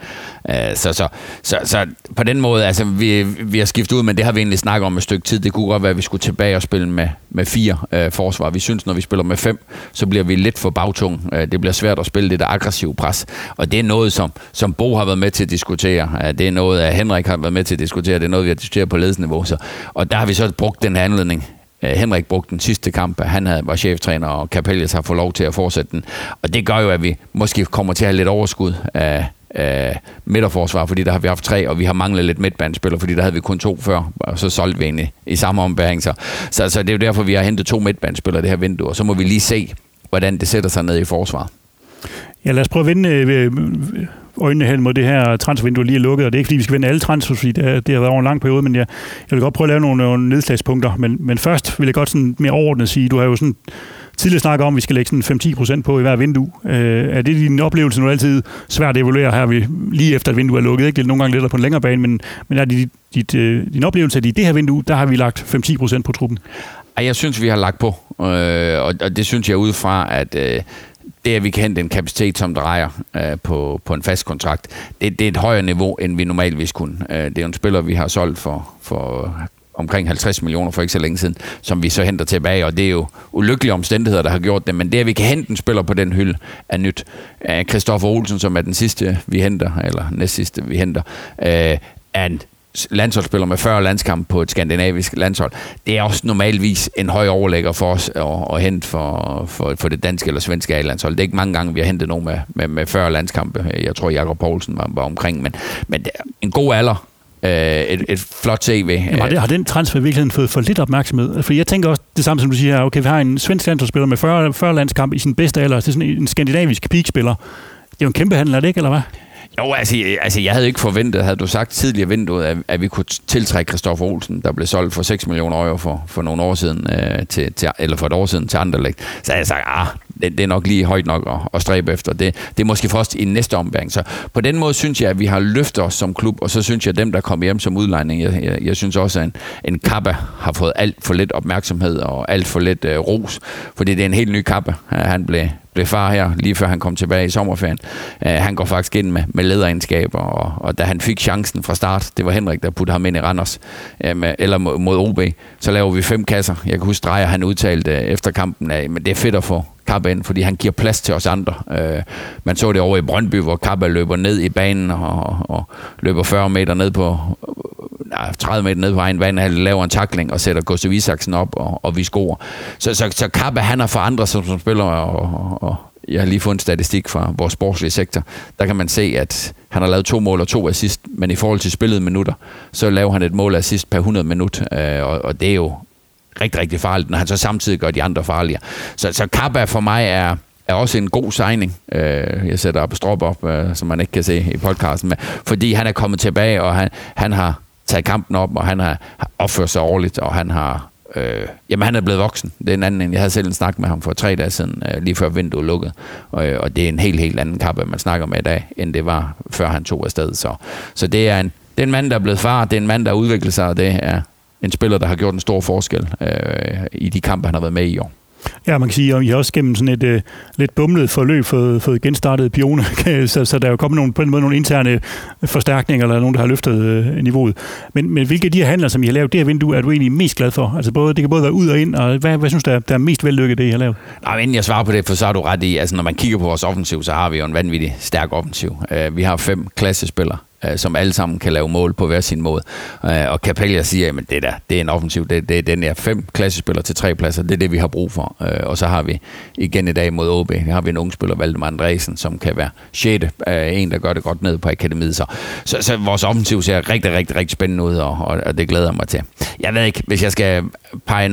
Så på den måde, altså, vi har skiftet ud, men det har vi egentlig snakket om et stykke tid. Det kunne godt være, at vi skulle tilbage og spille med 4 forsvar. Vi synes, når vi spiller med 5, så bliver vi lidt for bagtung. Det bliver svært at spille det der aggressive pres. Og det er noget, som Bo har været med til at diskutere. Det er noget, at Henrik har været med til at diskutere. Det er noget, vi har diskuteret på ledelsesniveau. Og der har vi så brugt den her anledning. Henrik brugte den sidste kamp, han var cheftræner, og Capellas har fået lov til at fortsætte den. Og det gør jo, at vi måske kommer til at have lidt overskud af midterforsvar, fordi der har vi haft 3, og vi har manglet lidt midtbanespillere, fordi der havde vi kun 2 før, og så solgte vi egentlig i samme ombæring. Så det er jo derfor, vi har hentet 2 midtbanespillere det her vindue, og så må vi lige se, hvordan det sætter sig ned i forsvaret. Ja, lad os prøve at vende øjnene hen mod det her transfervindue lige er lukket, og det er ikke fordi, vi skal vende alle transfers, fordi det har været over en lang periode, men jeg vil godt prøve at lave nogle nedslagspunkter. Men først vil jeg godt sådan mere overordnet sige, du har jo sådan tidligere snakket om, at vi skal lægge sådan 5-10% på i hver vindue. Er det din oplevelse, nu er det altid svært at evaluere her, lige efter et vindue er lukket, ikke? Det er nogle gange lidt på en længere bane, men er det din oplevelse, at i det her vindue, der har vi lagt 5-10% på truppen? Jeg synes, vi har lagt på, og det synes jeg ud fra, at det, at vi kan hente en kapacitet, som drejer på en fast kontrakt, det er et højere niveau, end vi normalvis kunne. Det er jo en spiller, vi har solgt for omkring 50 millioner for ikke så længe siden, som vi så henter tilbage, og det er jo ulykkelige omstændigheder, der har gjort det, men det, at vi kan hente en spiller på den hylde, er nyt. Christoffer Olsen, som er den sidste, vi henter, eller næstsidste, vi henter, er en landsholdsspiller med 40 landskampe på et skandinavisk landshold. Det er også normalvis en høj overlægger for os at hente for det danske eller svenske A-landshold. Det er ikke mange gange, vi har hentet nogen med 40 landskampe. Jeg tror, Jakob Poulsen var omkring, men en god alder. Et flot CV. Jamen, har den transfer virkelig fået for lidt opmærksomhed? For jeg tænker også det samme, som du siger her. Okay, vi har en svensk landsholdsspiller med 40 landskampe i sin bedste alder. Det er sådan en skandinavisk peakspiller. Det er jo en kæmpe handel, er det ikke, eller hvad? Jo, altså jeg havde ikke forventet, havde du sagt tidligere vinduet, at vi kunne tiltrække Christoffer Olsen, der blev solgt for 6 millioner euro for nogle år siden, eller for et år siden til Anderlecht. Så jeg sagde, det er nok lige højt nok at stræbe efter. Det er måske først i næste ombæring. Så på den måde synes jeg, at vi har løftet os som klub, og så synes jeg, at dem, der kommer hjem som udlejning, jeg synes også, at en Kappa har fået alt for lidt opmærksomhed og alt for lidt ros, fordi det er en helt ny Kappa. Han blev far her, lige før han kom tilbage i sommerferien. Han går faktisk ind med lederegenskaber, og da han fik chancen fra start, det var Henrik, der puttede ham ind i Randers, eller mod OB, så laver vi 5 kasser. Jeg kan huske, Drejer, han udtalte efter kampen af, men det er fedt at få Kappe ind, fordi han giver plads til os andre. Man så det over i Brøndby, hvor Kappe løber ned i banen og løber 40 meter ned på 30 meter ned på egen bane, han laver en tackling og sætter Gustav Isaksen op, og vi scorer. Så Kappe, han har forandret sig som spiller, og jeg har lige fået en statistik fra vores sportslige sektor. Der kan man se, at han har lavet 2 mål og 2 assist, men i forhold til spillede minutter, så laver han et mål assist per 100 minut, og det er jo rigtig, rigtig farligt, når han så samtidig gør de andre farligere. Så Kappe for mig er også en god signing. Jeg sætter apostrof op, som man ikke kan se i podcasten, med, fordi han er kommet tilbage, og han har taget kampen op, og han har opført sig ordentligt, og han har han er blevet voksen. Det er en anden, jeg havde selv en snak med ham for 3 dage siden, lige før vinduet lukkede, og det er en helt anden Kappe, man snakker med i dag, end det var, før han tog afsted. Så det er en mand, der er blevet far, det er en mand, der har udviklet sig, og det er en spiller, der har gjort en stor forskel i de kampe, han har været med i år. Ja, man kan sige, at I har også gennem sådan et lidt bumlet forløb fået genstartet Pione, så der er jo kommet på en måde nogle interne forstærkninger, eller nogen, der har løftet niveauet. Men hvilke af de her handler, som I har lavet, det her vindue, er du egentlig mest glad for? Altså det kan både være ud og ind, og hvad synes du, der er mest vellykket, det I har lavet? Nej, inden jeg svarer på det, for så har du ret i, altså når man kigger på vores offensiv, så har vi jo en vanvittig stærk offensiv. Vi har 5 klassespillere, som alle sammen kan lave mål på hver sin måde. Og Capella siger, at det er en offensiv, det er den der 5 klassespillere til 3 pladser, det er det, vi har brug for. Og så har vi igen i dag mod OB, har vi en ung spiller, Valdemar Andresen, som kan være 6. En, der gør det godt ned på akademiet. Så vores offensiv ser rigtig, rigtig, rigtig spændende ud, og det glæder jeg mig til. Jeg ved ikke, hvis jeg skal pege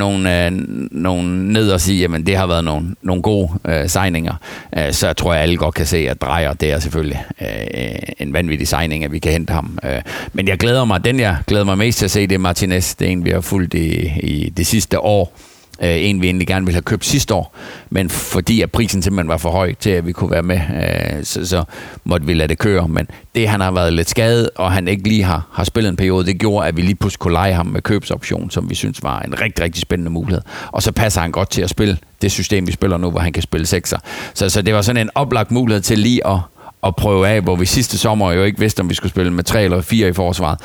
nogen ned og sige, jamen det har været nogle gode signinger, så tror jeg, alle godt kan se, at Dreyer, det er selvfølgelig en vanvittig signing, at vi kan hente ham. Men jeg glæder mig mest til at se, det er Martinez. Det er en, vi har fulgt i det sidste år. En, vi egentlig gerne ville have købt sidste år, men fordi at prisen simpelthen var for høj til, at vi kunne være med, så måtte vi lade det køre. Men det, han har været lidt skadet, og han ikke lige har spillet en periode, det gjorde, at vi lige pludselig kunne lege ham med købsoption, som vi synes var en rigtig, rigtig spændende mulighed. Og så passer han godt til at spille det system, vi spiller nu, hvor han kan spille 6'er. Så det var sådan en oplagt mulighed til lige at prøve af, hvor vi sidste sommer jo ikke vidste, om vi skulle spille med 3 eller 4 i forsvaret.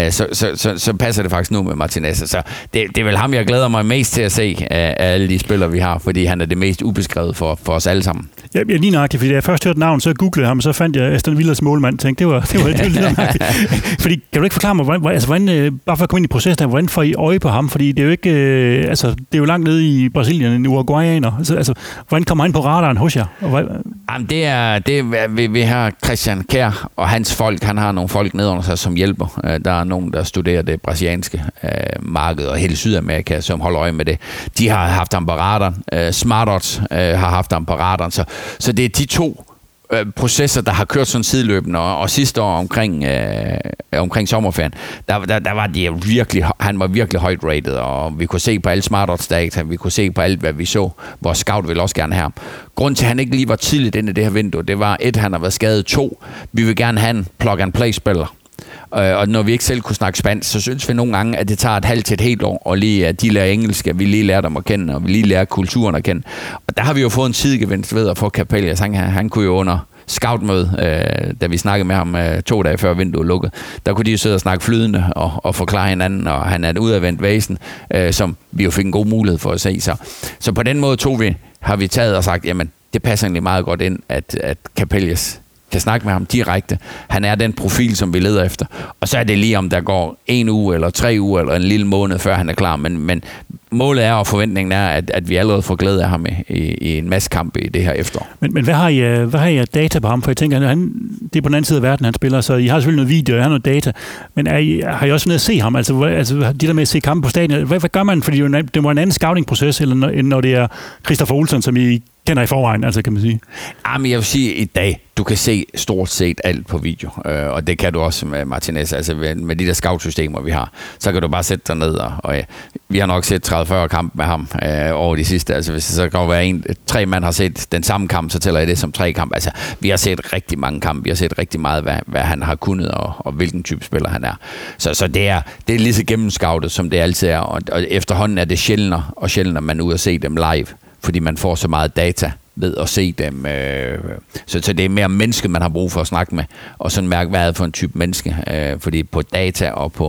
Så passer det faktisk nu med Martinez. Så det er vel ham, jeg glæder mig mest til at se af alle de spillere, vi har, fordi han er det mest ubeskrevet for os alle sammen. Ja, jeg lige nøjagtigt, fordi da jeg først hørte navn, så googlede ham, og så fandt jeg Aston Villas målmand. Tænkte, det var lidt nøjagtigt. Fordi, kan du ikke forklare mig, hvordan, bare for at komme ind i processen, hvordan får I øje på ham? Fordi det er jo ikke, det er jo langt nede i Brasilien, en uruguayaner. Altså, hvordan kommer han på radaren hos jer? Jamen, det er vi har Christian Kjær og hans folk. Han har nogle folk ned under sig, som hjælper. Der er nogen, der studerer det brasilianske marked og hele Sydamerika, som holder øje med det. De har haft ham på radaren. Smartodds har haft ham på radaren. Så det er de 2 processer, der har kørt sådan sideløbende, og sidste år omkring sommerferien, der var de virkelig, han var virkelig højt rated, og vi kunne se på alle Smartodds data, vi kunne se på alt, hvad vi så. Vores scout ville også gerne have ham. Grunden til, at han ikke lige var tidligt inde i det her vindue, det var 1, han har været skadet, 2, vi vil gerne have en plug-and-play-spiller. Og når vi ikke selv kunne snakke spansk, så synes vi nogle gange, at det tager et halvt til et helt år, og lige at de lærer engelsk, at vi lige lærer dem at kende, og vi lige lærer kulturen at kende. Og der har vi jo fået en sidegevinst ved at få Capella. Han kunne jo under scoutmøde, da vi snakkede med ham 2 dage før vinduet lukkede, der kunne de jo sidde og snakke flydende og forklare hinanden, og han er et udadvendt væsen, som vi jo fik en god mulighed for at se. Så på den måde har vi taget og sagt, jamen det passer egentlig meget godt ind, at Capellas kan snakke med ham direkte. Han er den profil, som vi leder efter. Og så er det lige, om der går 1 uge, eller 3 uger, eller en lille måned, før han er klar. Men målet er, og forventningen er, at vi allerede får glæde af ham i en masse kampe i det her efterår. Men hvad har I data på ham? For jeg tænker, det er på den anden side af verden, han spiller, så I har selvfølgelig noget video, og jeg har noget data. Men har I også noget at se ham? Altså de der med at se kampe på stadion, hvad gør man? Fordi det var en anden scouting-proces, end når det er Christopher Olsen, som I kender i forvejen, altså kan man sige. Jamen, jeg vil sige i dag, du kan se stort set alt på video, og det kan du også med Martinez, altså med de der scout-systemer, vi har. Så kan du bare sætte dig ned, og vi har nok set 30-40 kampe med ham over de sidste. Altså hvis det så kan være 3 mand har set den samme kamp, så tæller jeg det som 3 kampe. Altså vi har set rigtig mange kampe, vi har set rigtig meget, hvad han har kunnet, og hvilken type spiller han er. Så det er lige så gennemscoutet, som det altid er, og efterhånden er det sjældnere, man er ude at se dem live, fordi man får så meget data ved at se dem. Så det er mere mennesket, man har brug for at snakke med, og sådan mærke, hvad er det for en type menneske. Fordi på data og på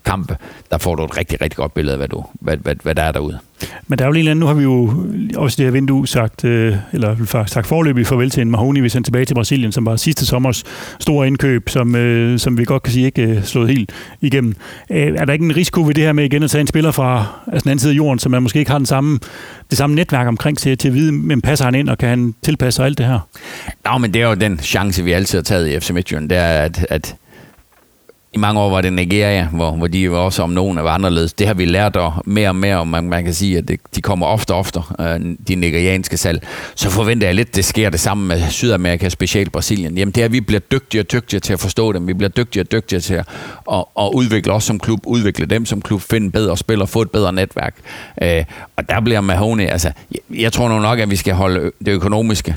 kampe, der får du et rigtig, rigtig godt billede af, hvad der er derude. Men der er jo en eller anden, nu har vi jo også i det her vindue sagt, eller faktisk sagt forløbig farvel til en Mahoney, hvis han tilbage til Brasilien, som var sidste sommers store indkøb, som vi godt kan sige ikke slået helt igennem. Er der ikke en risiko ved det her med igen at tage en spiller fra den anden side af jorden, som man måske ikke har det samme netværk omkring til at vide, men passer han ind, og kan han tilpasse sig alt det her? Nå, men det er jo den chance, vi altid har taget i FC Midtjylland, det er, at i mange år var det Nigeria, hvor de jo også om nogen var anderledes. Det har vi lært mere og mere, og man kan sige, at de kommer ofte, de nigerianske salg. Så forventer jeg lidt, det sker det samme med Sydamerika, specielt Brasilien. Jamen det er, at vi bliver dygtigere og dygtigere til at forstå dem. Vi bliver dygtigere og dygtigere til at udvikle os som klub, udvikle dem som klub, finde bedre spillere, få et bedre netværk. Og der bliver Mahoney, altså, jeg tror nu nok, at vi skal holde det økonomiske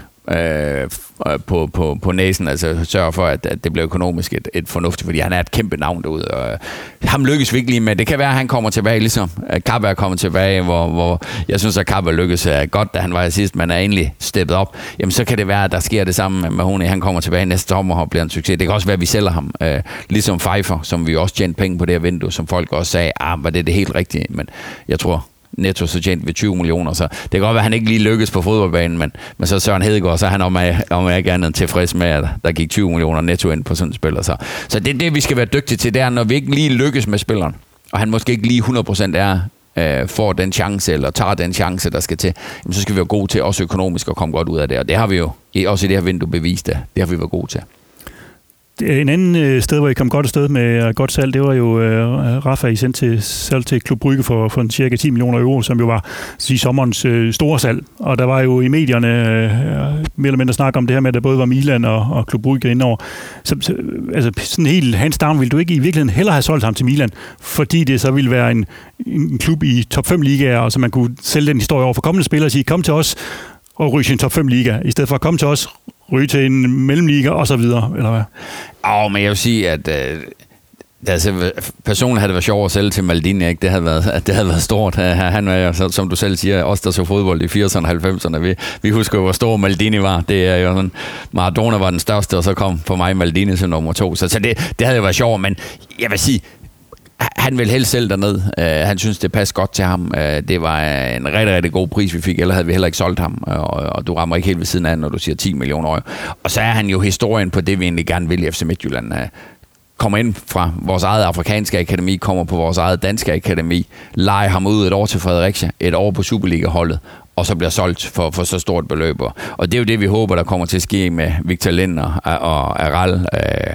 på næsen, altså sørge for, at det bliver økonomisk et fornuftigt, fordi han er et kæmpe navn derude, og ham lykkes vi ikke lige med. Det kan være, at han kommer tilbage, ligesom Kappa er kommet tilbage, hvor jeg synes, at Kappa lykkes godt, da han var sidst, men er egentlig steppet op. Jamen, så kan det være, at der sker det samme med Mahoney. Han kommer tilbage næste sommer og bliver en succes. Det kan også være, at vi sælger ham, ligesom Pfeiffer, som vi også tjente penge på det her vindue, som folk også sagde, var det helt rigtige, men jeg tror, netto så tjente vi 20 millioner, så det kan godt være, at han ikke lige lykkes på fodboldbanen, men så Søren Hedegaard, så er han om jeg gerne tilfreds med, at der gik 20 millioner netto ind på sådan en spiller. Så det er det, vi skal være dygtige til, det er, når vi ikke lige lykkes med spilleren, og han måske ikke lige 100% får den chance, eller tager den chance, der skal til, jamen, så skal vi være gode til også økonomisk at komme godt ud af det, og det har vi jo også i det her vindue bevist, det har vi været gode til. En anden sted, hvor I kom godt afsted med godt salg, det var jo Rafa, I sendte til salg til Klub Brygge for en cirka 10 millioner euro, som jo var sommerens store salg. Og der var jo i medierne mere eller mindre snak om det her med, at der både var Milan og Klub Brygge indover. Så altså sådan helt hands down, ville du ikke i virkeligheden hellere have solgt ham til Milan, fordi det så ville være en klub i top 5 ligaer, og så man kunne sælge den historie over for kommende spillere og sige, kom til os og ryge til en top 5 liga, i stedet for at komme til os, ryge til en mellemliga og så videre, eller hvad? Men jeg vil sige, at personligt havde det været sjovt at sælge til Maldini, ikke? Det havde været stort. Han var, som du selv siger, os der så fodbold i 80'erne og 90'erne. Vi husker jo, hvor stor Maldini var. Det er jo sådan, Maradona var den største, og så kom for mig Maldini som nummer 2. Så det havde jo været sjovt, men jeg vil sige, han vil helst selv derned. Han synes, det passer godt til ham. Det var en rigtig, rigtig god pris, vi fik. Ellers havde vi heller ikke solgt ham. Og du rammer ikke helt ved siden af, når du siger 10 millioner år. Og så er han jo historien på det, vi egentlig gerne vil i FC Midtjylland. Kommer ind fra vores eget afrikanske akademi, kommer på vores eget danske akademi, leger ham ud et år til Fredericia, et år på Superliga-holdet, og så bliver solgt for så stort beløb. Og det er jo det, vi håber, der kommer til at ske med Victor Lind og Aral.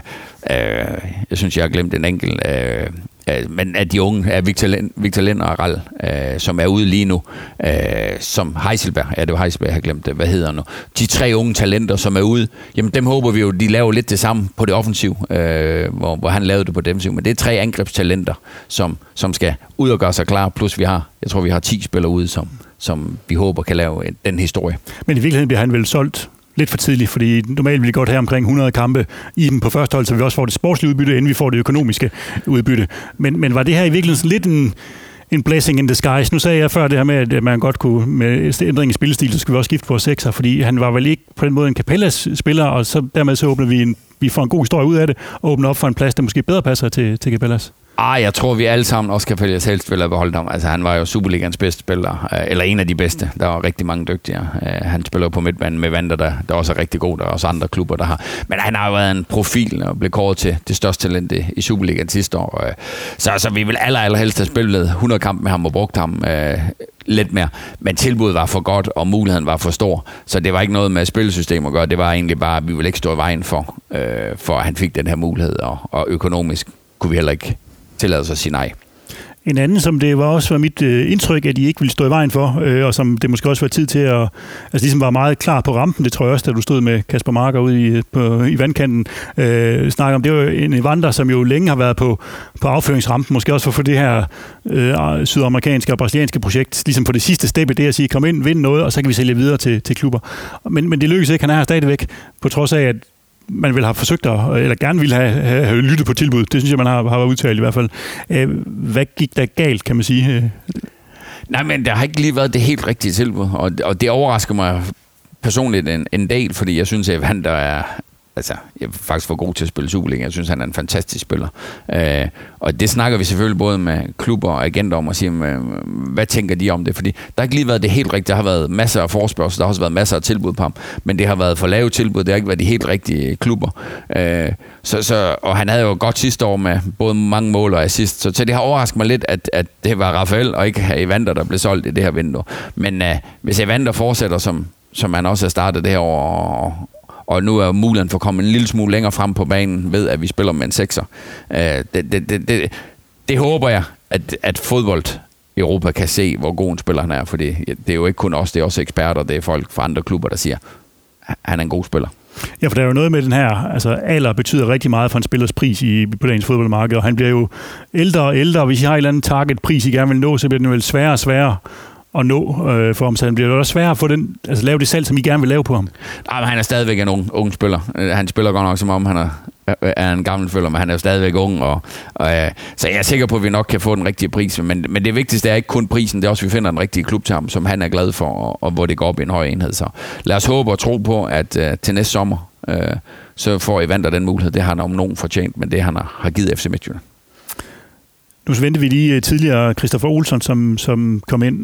Jeg synes, jeg har glemt en enkelt. Men at de unge er Victor Lind og Aral, som er ude lige nu, som Heiselberg, det var Heiselberg, jeg har glemt det, hvad hedder nu. De 3 unge talenter, som er ude, jamen dem håber vi jo, de laver lidt det samme på det offensiv, hvor han lavede det på defensiv. Men det er 3 angrebstalenter, som skal ud og gøre sig klar, plus jeg tror, vi har 10 spillere ude, som vi håber kan lave den historie. Men i virkeligheden bliver han vel solgt lidt for tidligt, fordi normalt vil vi godt have omkring 100 kampe i dem på første hold, så vi også får det sportslige udbytte, inden vi får det økonomiske udbytte. Men var det her i virkeligheden lidt en blessing in disguise? Nu sagde jeg før det her med, at man godt kunne, med ændring i spillestil, så skulle vi også skifte på 6'er, fordi han var vel ikke på den måde en Capellas spiller, og så dermed så åbner vi får en god historie ud af det, og åbner op for en plads, der måske bedre passer til Capellas. Jeg tror, vi alle sammen også Capellas helst ville have beholdt ham. Altså, han var jo Superligans bedste spiller, eller en af de bedste. Der var rigtig mange dygtige. Han spiller på midtbanen med Vander, der også er rigtig god. Der er også andre klubber, der har. Men han har jo været en profil og blev kåret til det største talent i Superligaen sidste år. Så vi vil allerhelst have spillet 100 kampe med ham og brugt ham lidt mere. Men tilbuddet var for godt, og muligheden var for stor. Så det var ikke noget med spillesystem at gøre. Det var egentlig bare, at vi ville ikke stå i vejen for at han fik den her mulighed. Og økonomisk kunne vi heller ikke tillade sig at sige nej. En anden, som det også var mit indtryk, at I ikke ville stå i vejen for, og som det måske også var tid til at ligesom var meget klar på rampen, det tror jeg også, da du stod med Kasper Marker ude i vandkanten, snakke om, det var en Evander, som jo længe har været på afføringsrampen, måske også for at få det her sydamerikanske og brasilianske projekt, ligesom på det sidste step i det at sige, kom ind, vind noget, og så kan vi sælge videre til klubber. Men det lykkedes ikke, han er her stadigvæk, på trods af, at man vil have forsøgt eller gerne ville have lyttet på tilbud. Det synes jeg, man har udtalt i hvert fald. Hvad gik der galt, kan man sige? Nej, men der har ikke lige været det helt rigtige tilbud, og det overrasker mig personligt en del, fordi jeg synes, at Evander altså, jeg er faktisk for god til at spille Superliga. Jeg synes, han er en fantastisk spiller. Og det snakker vi selvfølgelig både med klubber og agenter om, og siger, hvad tænker de om det? Fordi der har ikke lige været det helt rigtige. Der har været masser af forespørgsel, der har også været masser af tilbud på ham, men det har været for lave tilbud. Det har ikke været de helt rigtige klubber. Og han havde jo godt sidste år med både mange mål og assist, så det har overrasket mig lidt, at det var Rafael og ikke Evander, der blev solgt i det her vindue. Men hvis Evander fortsætter, som han også har startet det her år, og nu er muligheden for at komme en lille smule længere frem på banen ved, at vi spiller med en sekser. Det håber jeg, at fodbold i Europa kan se, hvor god en spiller han er, for det er jo ikke kun os, det er også eksperter, det er folk fra andre klubber, der siger, at han er en god spiller. Ja, for der er jo noget med den her, altså alder betyder rigtig meget for en spillers pris på dagens fodboldmarked, og han bliver jo ældre og ældre, hvis I har en eller anden targetpris, I gerne vil nå, så bliver den vel sværere og sværere at nå for ham, så han bliver jo også sværere at få den, altså lave det salg, som I gerne vil lave på ham. Nej, men han er stadigvæk en ung spiller. Han spiller godt nok, som om han er en gammel spiller, men han er jo stadigvæk ung, så jeg er sikker på, at vi nok kan få den rigtige pris. Men det vigtigste er ikke kun prisen, det er også, at vi finder den rigtige klub til ham, som han er glad for, og hvor det går op i en høj enhed. Så lad os håbe og tro på, at til næste sommer, så får Evander den mulighed. Det har han om nogen fortjent, men det han har givet FC Midtjylland. Nu venter vi lige tidligere Christoffer Olsson, som kom ind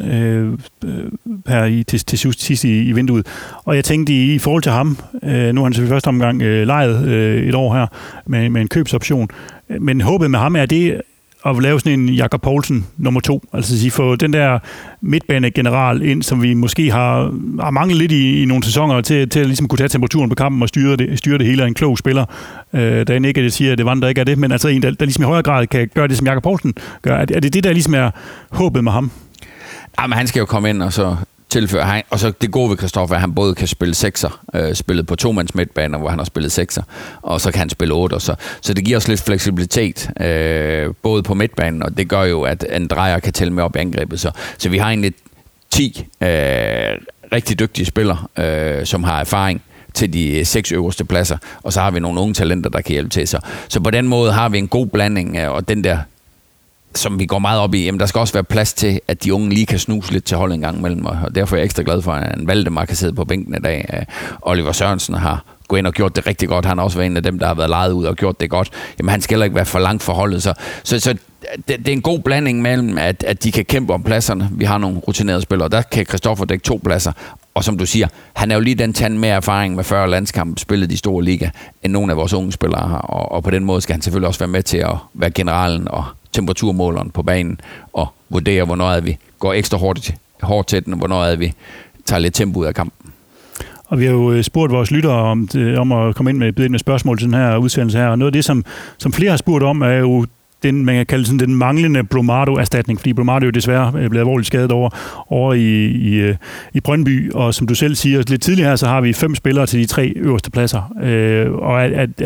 her til sidst i vinduet. Og jeg tænkte i forhold til ham, nu har han selvfølgelig første omgang lejet et år her med en købsoption. Men håbet med ham er det at lave sådan en Jakob Poulsen nummer 2. Altså at få den der midtbanegeneral ind, som vi måske har manglet lidt i nogle sæsoner til at ligesom kunne tage temperaturen på kampen og styre det hele af en klog spiller. Der er ikke, at jeg siger, at det vandrer ikke er det, men altså en, der ligesom i højere grad kan gøre det, som Jakob Poulsen gør. Er det der ligesom er håbet med ham? Ja, men han skal jo komme ind og så tilføre han, og så det gode ved Christoffer, at han både kan spille sekser, spillet på tomands midtbaner, hvor han har spillet sekser, og så kan han spille 8, så det giver os lidt fleksibilitet, både på midtbanen, og det gør jo, at en drejer kan tælle med op i angrebet, så vi har egentlig 10 rigtig dygtige spillere, som har erfaring til de 6 øverste pladser, og så har vi nogle unge talenter, der kan hjælpe til. Så på den måde har vi en god blanding, og den der, som vi går meget op i, jamen der skal også være plads til, at de unge lige kan snuse lidt til hold en gang imellem, og derfor er jeg ekstra glad for, at en Valdemar kan sidde på bænken i dag. Oliver Sørensen har gået ind og gjort det rigtig godt. Han har også været en af dem, der har været lejet ud og gjort det godt. Jamen han skal heller ikke være for langt for holdet. Så det er en god blanding mellem, at de kan kæmpe om pladserne. Vi har nogle rutinerede spillere, der kan Christoffer dække 2 pladser. Og som du siger, han er jo lige den tand mere erfaring med 40 landskampe, spillet i store liga, end nogle af vores unge spillere har. Og på den måde skal han selvfølgelig også være med til at være generalen og temperaturmåleren på banen, og vurdere, hvornår er vi går ekstra hårdt til den, og hvornår er vi tager lidt tempo ud af kampen. Og vi har jo spurgt vores lyttere om at komme ind med spørgsmål til den her udsendelse her, og noget af det, som flere har spurgt om, er jo den, man kan kalde sådan den manglende Brumado-erstatning, fordi Brumado jo desværre blev alvorligt skadet over i Brøndby, og som du selv siger lidt tidligere her, så har vi 5 spillere til de 3 øverste pladser, og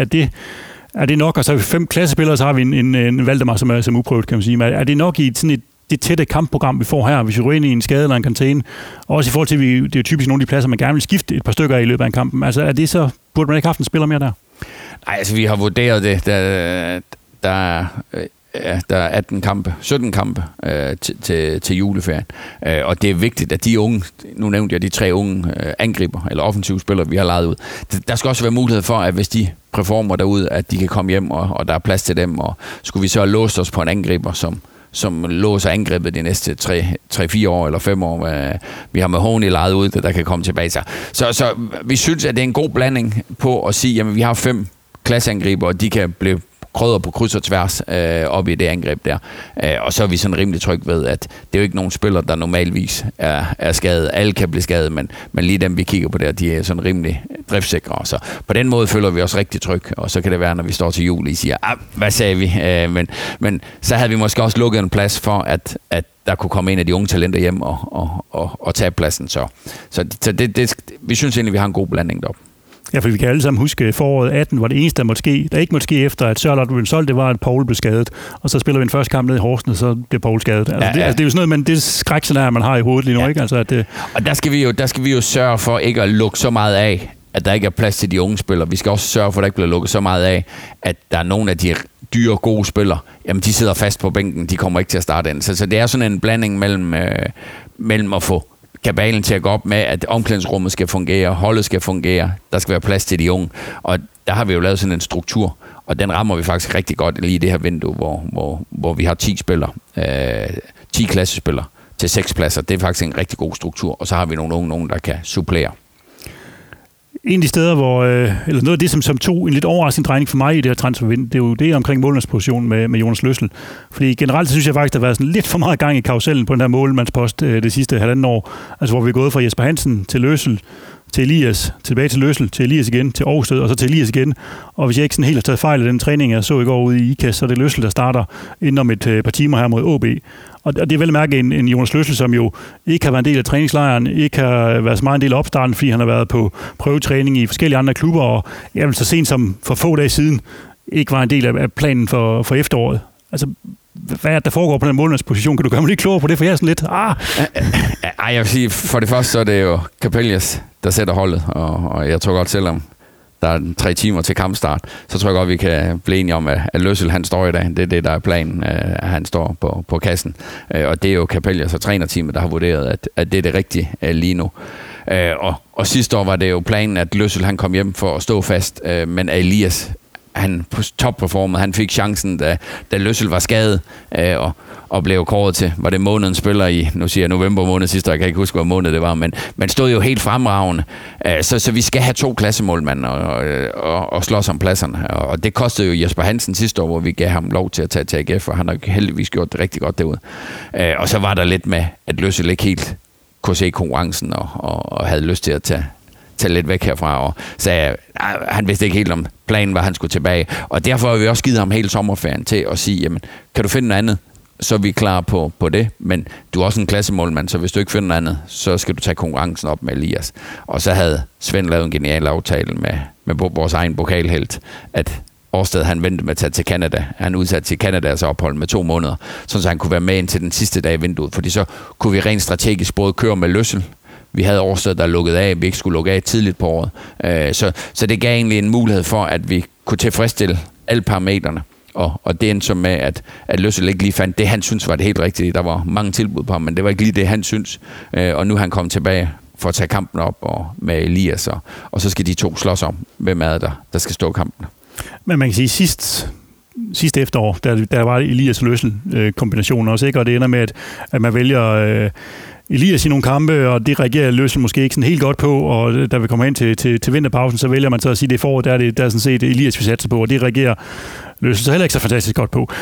er det nok? Og så har vi 5 klassespillere, så har vi en Valdemar, som er uprøvet, kan man sige. Men er det nok i sådan det tætte kampprogram, vi får her, hvis vi ryger ind i en skade eller en karantæne? Også i forhold til, det er jo typisk nogle af de pladser, man gerne vil skifte et par stykker i løbet af en kamp. Altså er det så, burde man ikke have haft en spiller mere der? Nej, altså vi har vurderet det. Der er 17 kampe til juleferien. Og det er vigtigt, at de unge, nu nævnte jeg de 3 unge angriber, eller offensive spillere, vi har lejet ud. Der skal også være mulighed for, at hvis de performer derude, at de kan komme hjem, og der er plads til dem. Og skulle vi så have låst os på en angriber, som låser angrebet de næste 3-4 år eller 5 år. Vi har med Håni lejet ud, der kan komme tilbage. Så vi synes, at det er en god blanding på at sige, jamen vi har 5 klasseangriber, og de kan blive krydder på kryds og tværs op i det angreb der. Og så er vi sådan rimelig trygge ved, at det er jo ikke nogen spillere, der normalvis er skadet. Alle kan blive skadet, men lige dem, vi kigger på der, de er sådan rimelig driftsikre. Så på den måde føler vi os rigtig trygge, og så kan det være, når vi står til jul, I siger, hvad sagde vi? Men så havde vi måske også lukket en plads for, at der kunne komme en af de unge talenter hjem og tage pladsen. Så vi synes egentlig, vi har en god blanding deroppe. Ja, for vi kan alle sammen huske foråret 18, hvor det eneste, der ikke måtte ske efter, at Sørloth blev solgt, det var, at Poul blev skadet. Og så spiller vi en første kamp ned i Horsens, så bliver Poul skadet. Altså, det er jo sådan noget, men det skrækscenarie, man har i hovedet lige nu, ikke? Altså, Og der skal vi jo sørge for ikke at lukke så meget af, at der ikke er plads til de unge spillere. Vi skal også sørge for, at der ikke bliver lukket så meget af, at der er nogle af de dyre, gode spillere, jamen de sidder fast på bænken, de kommer ikke til at starte ind. Så det er sådan en blanding mellem at få kabalen til at gå op med, at omklædningsrummet skal fungere, holdet skal fungere, der skal være plads til de unge. Og der har vi jo lavet sådan en struktur, og den rammer vi faktisk rigtig godt lige i det her vindue, hvor vi har 10 spillere, 10 klassespillere til 6 pladser. Det er faktisk en rigtig god struktur, og så har vi nogle unge, der kan supplere. En af de steder, eller noget af det, som tog en lidt overraskende drejning for mig i det her transfervindue, det er jo det omkring målmandspositionen med Jonas Løssel. Fordi generelt så synes jeg faktisk, der har været sådan lidt for meget gang i karusellen på den her målmandspost det sidste 1,5 år. Altså hvor vi er gået fra Jesper Hansen til Løssel, til Elias, tilbage til Løssel, til Elias igen, til Aarhus og så til Elias igen. Og hvis jeg ikke sådan helt har taget fejl af den træning, jeg så i går ude i IKAS, så er det Løssel, der starter inden om et par timer her mod AB. Og det er vel at mærke en Jonas Løssel, som jo ikke har været en del af træningslejren, ikke har været så meget en del af opstarten, fordi han har været på prøvetræning i forskellige andre klubber, og jeg vil så sent som for få dage siden ikke var en del af planen for efteråret. Altså, hvad er der foregår på den målmandsposition? Kan du gøre mig lidt klogere på det, for jeg er sådan lidt... Jeg vil sige, for det første så er det jo Capellas, der sætter holdet, og jeg tror godt, selvom der er 3 timer til kampstart, så tror jeg godt, vi kan blive enige om, at Løssel, han står i dag. Det er det, der er planen, at han står på kassen. Og det er jo Capellas og trænerteamet, der har vurderet, at det er det rigtige lige nu. Og sidste år var det jo planen, at Løssel, han kom hjem for at stå fast, men Elias, han topperformede, han fik chancen, da Løssel var skadet, og blev kåret til, var det månedens spiller i, nu siger jeg november måned sidste år, jeg kan ikke huske, hvad måned det var, men man stod jo helt fremragende. Så vi skal have 2 klassemålmænd og slås om pladserne, og det kostede jo Jesper Hansen sidste år, hvor vi gav ham lov til at tage til AGF, og han har heldigvis gjort det rigtig godt derude. Og så var der lidt med, at Løssel ikke helt kunne se konkurrencen, og havde lyst til at tage lidt væk herfra, og sagde, han vidste ikke helt, om planen var, at han skulle tilbage. Og derfor har vi også givet ham hele sommerferien til at sige, jamen, kan du finde noget andet, så er vi klar på det, men du er også en klassemålmand, så hvis du ikke finder noget andet, så skal du tage konkurrencen op med Elias. Og så havde Svend lavet en genial aftale med vores egen pokalhelt, at Årsted, han ventede med at tage til Canada. Han udsatte til Canadas ophold med 2 måneder, så han kunne være med indtil den sidste dag i vinduet, fordi så kunne vi rent strategisk både køre med Løssel. Vi havde Årsted, der lukkede af, vi ikke skulle lukke af tidligt på året. Så det gav egentlig en mulighed for, at vi kunne tilfredsstille alle parametrene. Og det endte så med, at Løssel ikke lige fandt det, han synes var det helt rigtige. Der var mange tilbud på ham, men det var ikke lige det, han synes. Og nu er han kommet tilbage for at tage kampen op og med Elias, og så skal de 2 slås om, hvem er der skal stå kampen. Men man kan sige, sidste efterår, der var Elias og Løssel kombinationen også, ikke? Og det ender med, at man vælger Elias i nogle kampe, og det reagerer Løssel måske ikke sådan helt godt på, og da vi kommer ind til vinterpausen, så vælger man så at sige, det er forår, der er sådan set Elias, vi satser på, og det reagerer Løssel så heller ikke så fantastisk godt på.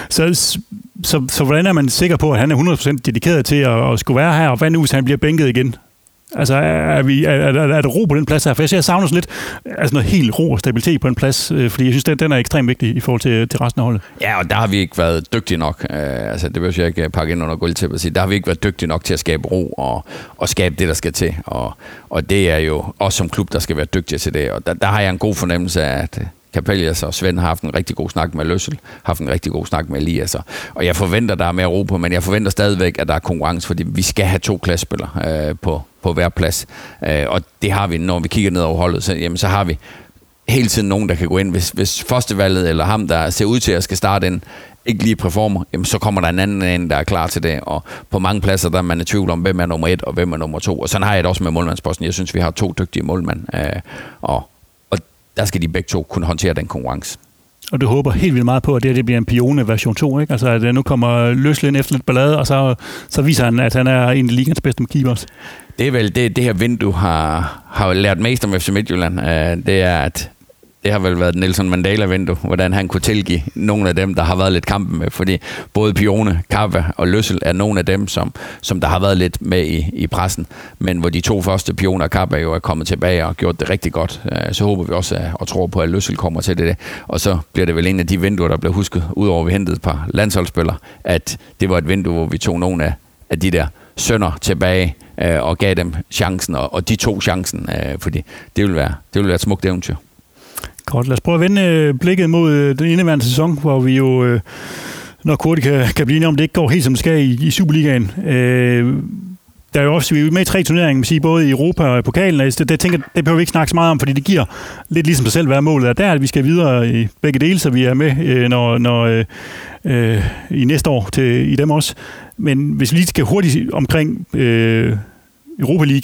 Så hvordan er man sikker på, at han er 100% dedikeret til at skulle være her, og hvad nu, hvis han bliver bænket igen? Altså, er der ro på den plads her? For jeg savner sådan lidt noget helt ro og stabilitet på den plads, fordi jeg synes, den er ekstremt vigtig i forhold til resten af holdet. Ja, og der har vi ikke været dygtige nok. Det vil jeg ikke pakke ind under gulvtæppet at sige. Der har vi ikke været dygtige nok til at skabe ro og skabe det, der skal til. Og det er jo også som klub, der skal være dygtige til det. Og der har jeg en god fornemmelse af, at Capellas og Svend har haft en rigtig god snak med Løssel, haft en rigtig god snak med Elias. Og jeg forventer, der er mere ro på, men jeg forventer stadigvæk, at der er konkurrence, fordi vi skal have 2 klassespillere på hver plads. Og det har vi, når vi kigger ned over holdet, så har vi hele tiden nogen, der kan gå ind. Hvis førstevalget eller ham, der ser ud til at skal starte ind, ikke lige performer, jamen så kommer der en anden, der er klar til det. Og på mange pladser, der er man i tvivl om, hvem er nummer 1 og hvem er nummer 2. Og sådan har jeg det også med målmandsposten. Jeg synes, vi har 2 dygtige målmænd. Og der skal de begge 2 kunne håndtere den konkurrence. Og du håber helt vildt meget på, at det bliver en Pione version 2, ikke? Altså, at nu kommer Løssel ind efter lidt ballade, og så viser han, at han er en af ligens bedste keepers. Det er vel det her vindue har lært mest om FC Midtjylland. Det er, at det har vel været Nelson Mandela-vindue, hvordan han kunne tilgive nogle af dem, der har været lidt kampen med, fordi både Pione, Kappa og Løssel er nogle af dem, som der har været lidt med i pressen, men hvor de 2 første, Pione og Kappa, jo er kommet tilbage og gjort det rigtig godt. Så håber vi også og tror på, at Løssel kommer til det, og så bliver det vel en af de vinduer, der bliver husket, udover vi hentede et par landsholdsspillere, at det var et vindue, hvor vi tog nogle af de der sønner tilbage og gav dem chancen, og de 2 chancen, fordi det vil være et smukt eventyr. Godt, lad os prøve at vende blikket mod den indeværende sæson, hvor vi jo nok hurtigt kan blive enige om, det ikke går helt som det skal i Superligaen. Der er jo også, vi er med i 3 turneringer, både i Europa og i pokalen. Det behøver vi ikke snakke så meget om, fordi det giver lidt ligesom sig selv, hvad målet er der, at vi skal videre i begge dele, så vi er med når i næste år i dem også. Men hvis vi lige skal hurtigt omkring Europa League,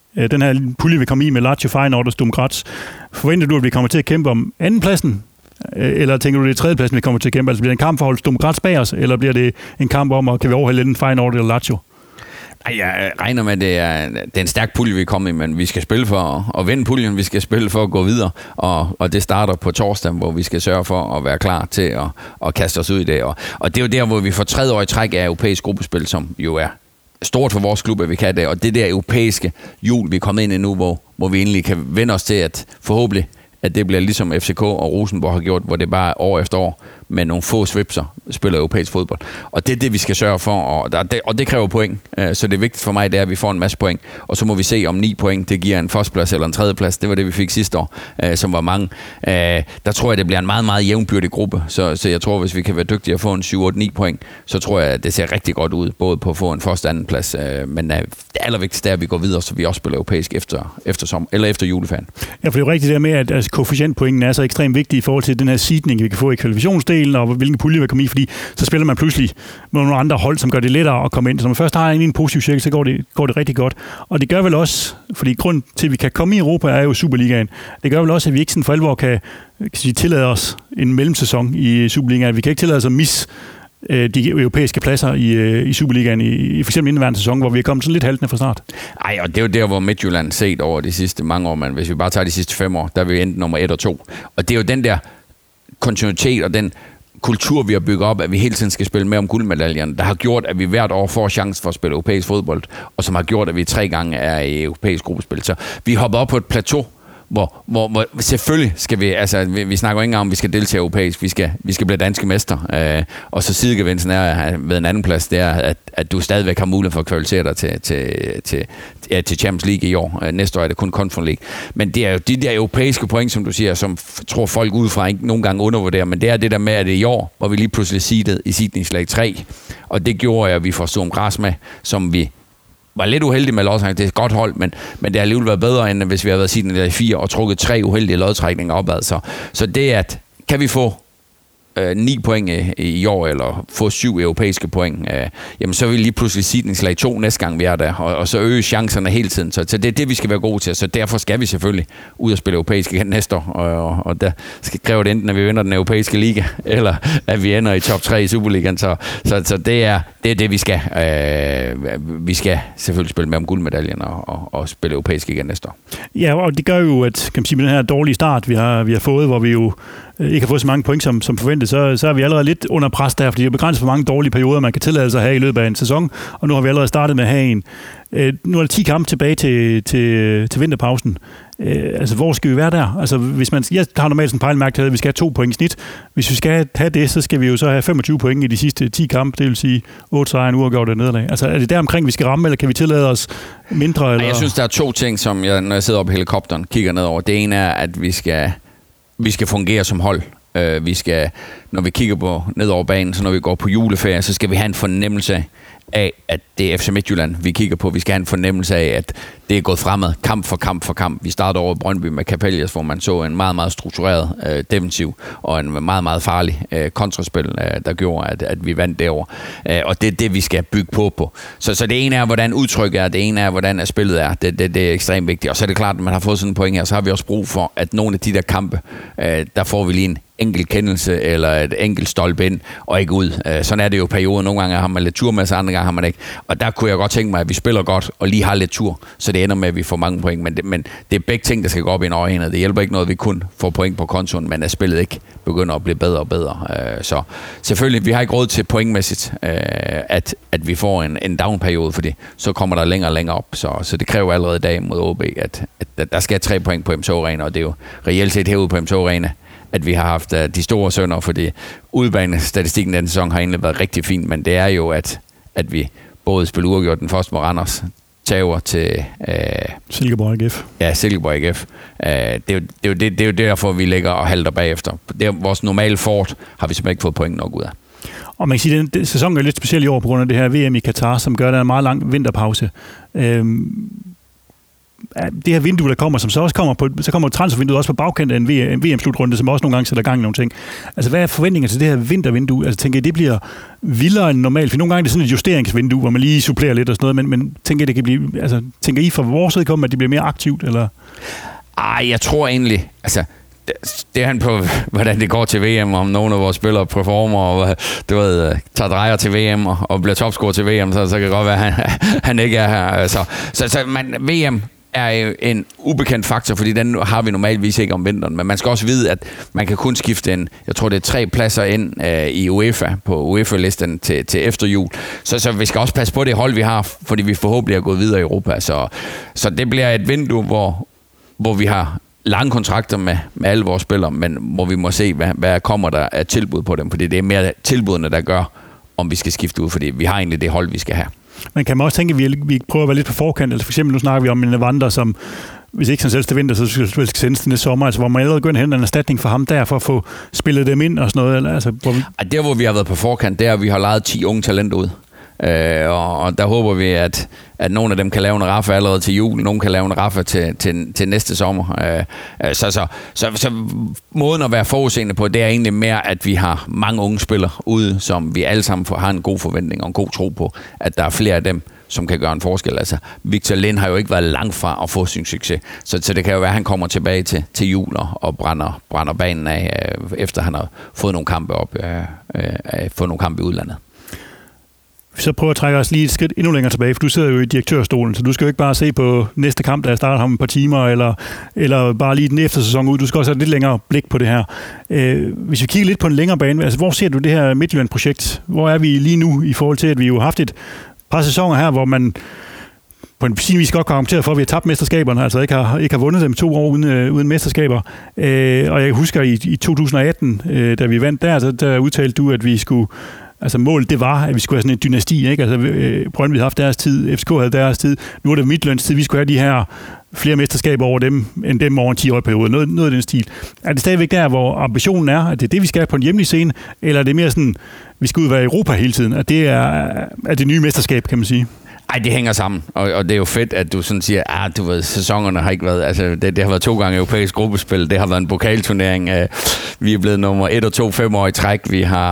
den her pulje, vi kommer i med Lazio, Feyenoord og Sturm Graz. Forventer du, at vi kommer til at kæmpe om andenpladsen? Eller tænker du, det er tredjepladsen, vi kommer til at kæmpe? Altså bliver det en kamp for at holde Sturm Graz bag os, eller bliver det en kamp om, at kan vi overhælde den Feyenoord eller Lazio? Jeg regner med, at det er en stærk pulje, vi er kommet i, men vi skal spille for at vinde puljen, vi skal spille for at gå videre, og det starter på torsdag, hvor vi skal sørge for at være klar til at kaste os ud i det. Og det er jo der, hvor vi for tredje år i træk af europæisk gruppespil, som jo er stort for vores klub, at vi kan det, og det der europæiske jul, vi er kommet ind i nu, hvor vi egentlig kan vende os til, at forhåbentlig, at det bliver ligesom FCK og Rosenborg har gjort, hvor det bare år efter år med nogle få svipser spiller europæisk fodbold. Og det er det, vi skal sørge for, og det kræver point. Så det er vigtigt for mig, det er, at vi får en masse point, og så må vi se, om 9 point, det giver en førsteplads eller en tredjeplads. Det var det, vi fik sidste år, som var mange. Der tror jeg, det bliver en meget, meget jævnbyrdig gruppe, så jeg tror, hvis vi kan være dygtige at få en 7-8-9 point, så tror jeg, at det ser rigtig godt ud, både på at få en første og anden plads, men det allervigtigste er, at vi går videre, så vi også spiller europæisk efter juleferien. Ja, for det er jo rigtigt der med, at koefficientpointen er så ekstremt vigtig i forhold til den her seedning, vi kan få i kvalifikationsdelen, og hvilken pulje vi kommer i, fordi så spiller man pludselig med nogle andre hold, som gør det lettere at komme ind. Så når man først har en positiv check, så går det rigtig godt. Og det gør vel også, fordi grund til, at vi kan komme i Europa, er jo Superligaen. Det gør vel også, at vi ikke sådan for alvor kan tillade os en mellemsæson i Superligaen. Vi kan ikke tillade os at misse de europæiske pladser i Superligaen i for eksempel indeværende sæson, hvor vi er kommet sådan lidt haltende fra start. Ej, og det er jo der, hvor Midtjylland set over de sidste mange år, men hvis vi bare tager de sidste 5 år, der er vi endt nummer 1 og 2. Og det er jo den der kontinuitet og den kultur, vi har bygget op, at vi hele tiden skal spille med om guldmedaljerne, der har gjort, at vi hvert år får chance for at spille europæisk fodbold, og som har gjort, at vi 3 gange er i europæisk gruppespil. Så vi hopper op på et plateau, hvor selvfølgelig skal vi, altså vi snakker ikke engang om, at vi skal deltage europæisk, vi skal blive danske mester, og så sidegevinsten er ved en anden plads, det er, at du stadigvæk har mulighed for at kvalificere dig til Champions League i år. Næste år er det kun Conference League. Men det er jo de der europæiske point, som du siger, som tror folk udefra ikke nogle gange undervurderer, men det er det der med, at det i år, hvor vi lige pludselig seedede i seedningslag 3, og det gjorde at vi får Sturm Graz med, som vi var lidt uheldige med lodtrækning. Det er et godt hold, men det har alligevel været bedre, end hvis vi havde været seedet i 4 og trukket 3 uheldige lodtrækninger opad. Så det at, kan vi få 9 point i år, eller få 7 europæiske point, jamen så vil vi lige pludselig seedningslag 2 næste gang vi er der, og så øge chancerne hele tiden. Så det er det, vi skal være gode til, så derfor skal vi selvfølgelig ud og spille europæisk igen næste år, og der skal kræve det enten, at vi vinder den europæiske liga, eller at vi ender i top 3 i Superligaen, så det er det, vi skal. Vi skal selvfølgelig spille med om guldmedaljen og spille europæisk igen næste år. Ja, og det gør jo, at kan man sige, med den her dårlige start, vi har fået, hvor vi jo ikke har fået så mange point som forventet, så er vi allerede lidt under pres der, fordi det er begrænset for mange dårlige perioder, man kan tillade sig at have i løbet af en sæson, og nu har vi allerede startet med at have en. Nu er der 10 kampe tilbage til vinterpausen. Altså, hvor skal vi være der? Altså, jeg har normalt sådan en pejlemærke til, at vi skal have 2 point i snit. Hvis vi skal have det, så skal vi jo så have 25 point i de sidste 10 kampe, det vil sige 8 sejre, en uafgjort og nederlag. Altså, er det der omkring, vi skal ramme, eller kan vi tillade os mindre? Eller? Jeg synes, der er 2 ting, som når jeg sidder oppe i helikopteren, kigger nedover. Det ene er, at vi skal fungere som hold. Vi skal, når vi kigger på ned over banen, så når vi går på juleferie, så skal vi have en fornemmelse af, at det er FC Midtjylland, vi kigger på. Vi skal have en fornemmelse af, at det er gået fremad, kamp for kamp. Vi starter over Brøndby med Capellas, hvor man så en meget, meget struktureret defensiv og en meget, meget farlig kontraspil, der gjorde, at vi vandt derover. Og det er det, vi skal bygge på. Så det ene er, hvordan udtrykket er, det ene er, hvordan spillet er. Det er ekstremt vigtigt. Og så er det klart, at man har fået sådan en point her, så har vi også brug for, at nogle af de der kampe, der får vi lige en enkelt kendelse eller et enkelt stolpe ind og ikke ud. Sådan er det jo i perioder. Nogle gange har man lidt tur med sig, andre gange har man ikke. Og der kunne jeg godt tænke mig, at vi spiller godt og lige har lidt tur, så det ender med, at vi får mange point. Men det er begge ting, der skal gå op i en øjne. Det hjælper ikke noget, at vi kun får point på kontoen, men at spillet ikke begynder at blive bedre og bedre. Så selvfølgelig, vi har ikke råd til pointmæssigt, at vi får en down-periode, fordi så kommer der længere og længere op. Så det kræver allerede i dag mod OB, at der skal 3 point på MSO Arena, og det er jo reelt set herude på MSO Arena, at vi har haft de store sønder, fordi udebanestatistikken den sæson har egentlig været rigtig fin, men det er jo, at vi både spiller uafgjort den første mod Randers, tager til Silkeborg AGF. Ja, Silkeborg AGF. Det er jo derfor, vi ligger og halter bagefter. Det er vores normale fort, har vi simpelthen ikke fået point nok ud af. Og man kan sige, at den sæson er lidt speciel i år på grund af det her VM i Katar, som gør, at der er en meget lang vinterpause. det her vindue, der kommer, som så også kommer transfervinduet også på bagkant af en VM-slutrunde, som også nogle gange sætter gang i nogle ting. Altså, hvad er forventninger til det her vintervindue? Altså, tænker I, det bliver vildere end normalt? For nogle gange er det sådan et justeringsvindue, hvor man lige supplerer lidt og sådan noget, men tænker I, det kan blive, altså, tænker I for vores vedkommende, at det bliver mere aktivt, eller? Jeg tror egentlig, altså, det er han på, hvordan det går til VM, om nogle af vores spillere performer, og tager drejer til VM, og bliver topscorer til VM, så kan det godt være, at han ikke er her. Så VM er jo en ubekendt faktor, fordi den har vi normalvis ikke om vinteren, men man skal også vide, at man kan kun skifte jeg tror det er 3 pladser ind i UEFA, på UEFA-listen til efter jul. Så vi skal også passe på det hold, vi har, fordi vi forhåbentlig er gået videre i Europa. Så det bliver et vindue, hvor vi har lange kontrakter med alle vores spillere, men hvor vi må se, hvad kommer der af tilbud på dem, fordi det er mere tilbudene, der gør, om vi skal skifte ud, fordi vi har egentlig det hold, vi skal have. Men kan man også tænke, at vi prøver at være lidt på forkant? Altså for eksempel, nu snakker vi om en Evander, som hvis ikke sådan selv til vinter, så skal sendes til næste sommer, altså hvor man allerede går ind og henter en erstatning for ham der, for at få spillet dem ind og sådan noget. Eller, altså, Der, hvor vi har været på forkant, det er, at vi har lejet 10 unge talenter ud. Og der håber vi, at nogle af dem kan lave en raffe allerede til jul, nogle kan lave en raffe til næste sommer. Så måden at være forudseende på, det er egentlig mere, at vi har mange unge spillere ude, som vi alle sammen har en god forventning og en god tro på, at der er flere af dem, som kan gøre en forskel. Altså, Victor Lind har jo ikke været langt fra at få sin succes, så det kan jo være, at han kommer tilbage til jul og brænder banen af, efter han har fået nogle kampe i udlandet. Så prøver at trække os lige et skridt endnu længere tilbage, for du sidder jo i direktørstolen, så du skal jo ikke bare se på næste kamp, der starter om et par timer, eller bare lige den eftersæson ud. Du skal også have et lidt længere blik på det her. Hvis vi kigger lidt på en længere bane, altså hvor ser du det her Midtjylland-projekt? Hvor er vi lige nu i forhold til, at vi jo har haft et par sæsoner her, hvor man på en sin vis godt kan argumentere for, at vi har tabt mesterskaberne, altså ikke har vundet dem 2 år uden mesterskaber. Og jeg husker i 2018, da vi vandt der udtalte du, at vi skulle... Altså målet, det var, at vi skulle have sådan en dynasti, ikke? Altså Brøndby havde haft deres tid, FCK havde deres tid, nu er det Midtjyllands tid, vi skulle have de her flere mesterskaber over dem, end dem over en 10-årig periode, noget af den stil. Er det stadigvæk der, hvor ambitionen er, at det er det, vi skal have på en hjemlig scene, eller er det mere sådan, vi skal ud og være i Europa hele tiden, at det er det nye mesterskab, kan man sige? Ej, det hænger sammen, og det er jo fedt, at du sådan siger, du ved, sæsonerne har ikke været, altså det har været 2 gange europæisk gruppespil, det har været en pokalturnering, vi er blevet nummer 1 og 2 5 år i træk,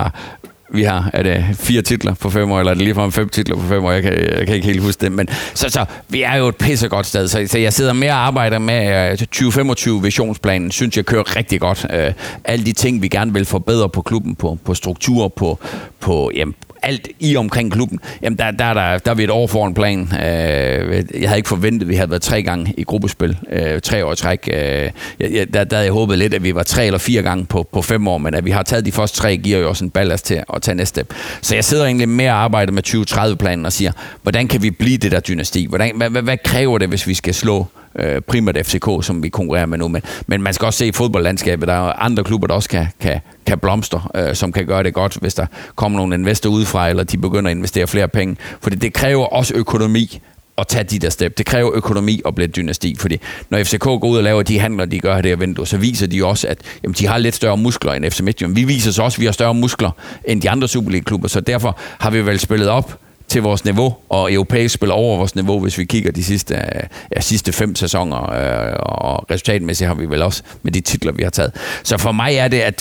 vi har, er det 4 titler på 5 år, eller er det ligefrem 5 titler på 5 år? Jeg kan ikke helt huske det, men så vi er jo et pissegodt sted, så jeg sidder mere og arbejder med 2025-visionsplanen, synes jeg kører rigtig godt. Alle de ting, vi gerne vil forbedre på klubben, på struktur, på alt i omkring klubben, jamen der er vi et år foran planen. Jeg havde ikke forventet, at vi havde været 3 gange i gruppespil, 3 år i træk. Der havde jeg håbet lidt, at vi var 3 eller 4 gange på 5 år, men at vi har taget de første 3, giver jo også en ballast til at tage næste step. Så jeg sidder egentlig mere og arbejder med 2030-planen og siger, hvordan kan vi blive det der dynasti? Hvad kræver det, hvis vi skal slå primært FCK, som vi konkurrerer med nu? Men man skal også se fodboldlandskabet. Der er andre klubber, der også kan blomstre, som kan gøre det godt, hvis der kommer nogle investorer udefra, eller de begynder at investere flere penge. Fordi det kræver også økonomi at tage de der step. Det kræver økonomi at blive et dynasti, fordi når FCK går ud og laver de handler, de gør det her vindue, så viser de også, at jamen, de har lidt større muskler end FC Midtjylland. Vi viser så også, at vi har større muskler end de andre Superliga-klubber, så derfor har vi vel spillet op til vores niveau, og europæisk spiller over vores niveau, hvis vi kigger de sidste 5 sæsoner, og resultatmæssigt har vi vel også med de titler, vi har taget. Så for mig er det, at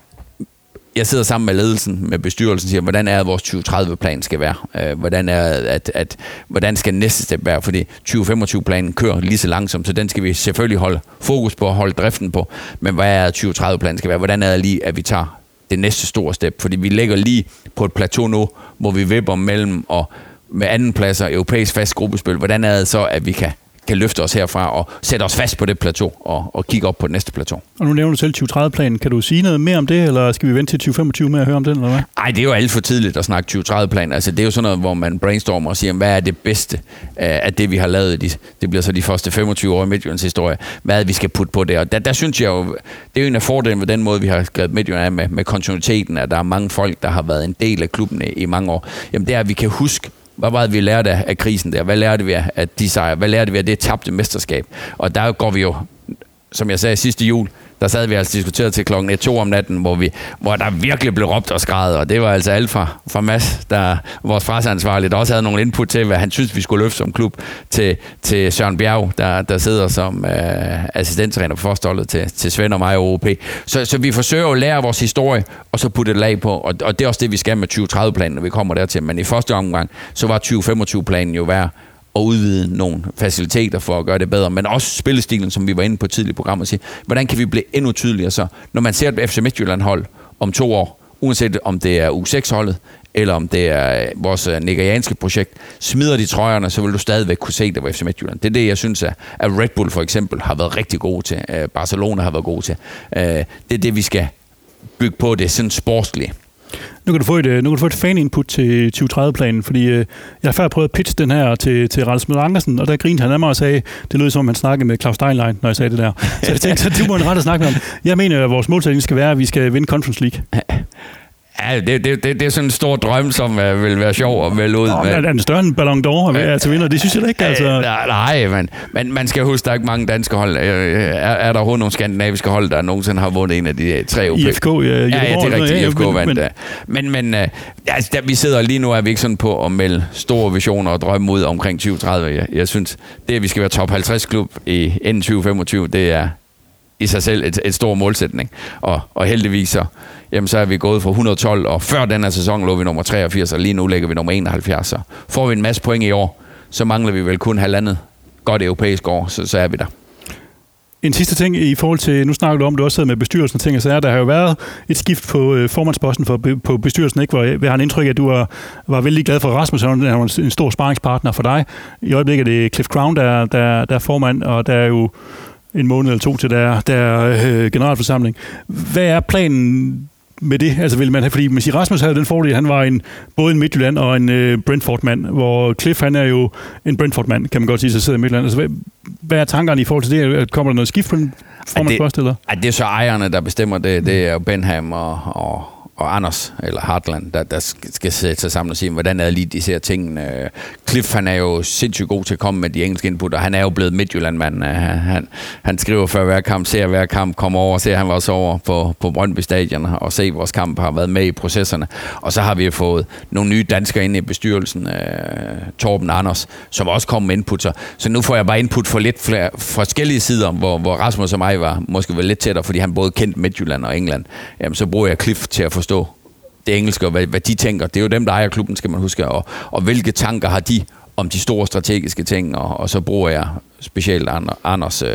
jeg sidder sammen med ledelsen, med bestyrelsen, og siger, hvordan er vores 2030-plan skal være? Hvordan skal næste step være? Fordi 2025-planen kører lige så langsomt, så den skal vi selvfølgelig holde fokus på og holde driften på. Men hvad er 2030-planen skal være? Hvordan er det lige, at vi tager det næste store step? Fordi vi ligger lige på et plateau nu, hvor vi vipper mellem og med andenpladser, europæisk fast gruppespil. Hvordan er det så, at vi kan løfte os herfra og sætte os fast på det plateau og kigge op på det næste plateau. Og nu nævner du selv 2030-planen. Kan du sige noget mere om det, eller skal vi vente til 2025 med at høre om den, eller hvad? Nej, det er jo alt for tidligt at snakke 2030-plan. Altså, det er jo sådan noget, hvor man brainstormer og siger, hvad er det bedste af det, vi har lavet? Det bliver så de første 25 år i Midtjyllands historie. Hvad er det, vi skal putte på det? Og der synes jeg jo, det er jo en af fordelen ved den måde, vi har skrevet Midtjylland af med kontinuiteten, at der er mange folk, der har været en del af klubben i mange år. Jamen, det er, at vi kan huske, hvad var det, vi lærte af krisen der? Hvad lærte vi af de sejre? Hvad lærte vi af det tabte mesterskab? Og der går vi jo, som jeg sagde sidste jul, der sad vi altså diskuteret til klokken 1-2 om natten, hvor der virkelig blev råbt og skreget, og det var altså alt fra Mads, der vores presseansvarlige, der også havde nogle input til, hvad han synes, vi skulle løfte som klub, til Søren Bjerg, der sidder som assistenttræner på forstoldet til Svend og mig og OP. Så vi forsøger at lære vores historie, og så putte et lag på, og det er også det, vi skal med 2030-planen, når vi kommer dertil. Men i første omgang, så var 2025-planen jo værd at udvide nogle faciliteter for at gøre det bedre, men også spillestilen, som vi var inde på tidligere program, og sige, hvordan kan vi blive endnu tydeligere så, når man ser et FC Midtjylland-hold om 2 år, uanset om det er U6-holdet, eller om det er vores nigerianske projekt, smider de trøjerne, så vil du stadigvæk kunne se det på FC Midtjylland. Det er det, jeg synes, at Red Bull for eksempel har været rigtig gode til, Barcelona har været gode til. Det er det, vi skal bygge på, det sådan sportslige. Nu kan du få et fan-input til 2030-planen, fordi jeg har før prøvet at pitche den her til Rasmus Ankersen, og der grinte han af mig og sagde, det lød som om han snakkede med Claus Steinlein, når jeg sagde det der. Så jeg tænkte, så det må en ret at snakke om. Jeg mener, at vores målsætning skal være, at vi skal vinde Conference League. Ja, det er sådan en stor drøm, som vil være sjov at melde ud. Er den større end Ballon d'Or altså vinder? Det synes jeg da ikke. Altså. Nej, men man skal huske, der er ikke mange danske hold. Er der overhovedet nogle skandinaviske hold, der nogensinde har vundet en af de 3 europæiske? IFK, ja, det er rigtigt, IFK vandt. Men altså, vi sidder lige nu, er vi ikke sådan på at melde store visioner og drømme ud omkring 2030. Jeg synes, det at vi skal være top 50 klub inden 2025, det er i sig selv et stor målsætning. Og heldigvis så er vi gået fra 112, og før den her sæson lå vi nummer 83, og lige nu ligger vi nummer 71. Så får vi en masse point i år, så mangler vi vel kun halvandet godt europæisk år, så er vi der. En sidste ting i forhold til, nu snakker du om, du også sidder med bestyrelsen og ting, så der har jo været et skift på formandsposten på bestyrelsen, ikke? Hvor jeg har en indtryk af, at du var vældig glad for Rasmus, han er en stor sparringspartner for dig. I øjeblikket er det Cliff Crown, der er formand, og der er jo en måned eller 2 til der er generalforsamling. Hvad er planen med det? Altså vil man have, fordi man siger, Rasmus havde den fordel, han var både en Midtjylland og en Brentford-mand, hvor Cliff, han er jo en Brentford-mand, kan man godt sige, så sidder i Midtjylland. Altså, hvad er tankerne i forhold til det? Kommer der noget skift på den formandspost, eller? Det er så ejerne, der bestemmer det. Det er Benham og Anders, eller Hartland, der skal sætte sig sammen og sige, hvordan er lige de ser tingene. Cliff, han er jo sindssygt god til at komme med de engelske input, og han er jo blevet Midtjylland-mand. Han skriver før hver kamp, ser hver kamp, kommer over, ser han var også over på Brøndby Stadion, og se vores kamp har været med i processerne. Og så har vi fået nogle nye danskere ind i bestyrelsen, Torben Anders, som også kom med input. Så nu får jeg bare input for lidt flere forskellige sider, hvor Rasmus og mig var måske lidt tættere, fordi han både kendte Midtjylland og England. Jamen, så bruger jeg Cliff til at forstå det engelske, og hvad de tænker. Det er jo dem, der ejer klubben, skal man huske, og hvilke tanker har de om de store strategiske ting, og så bruger jeg specielt Anders,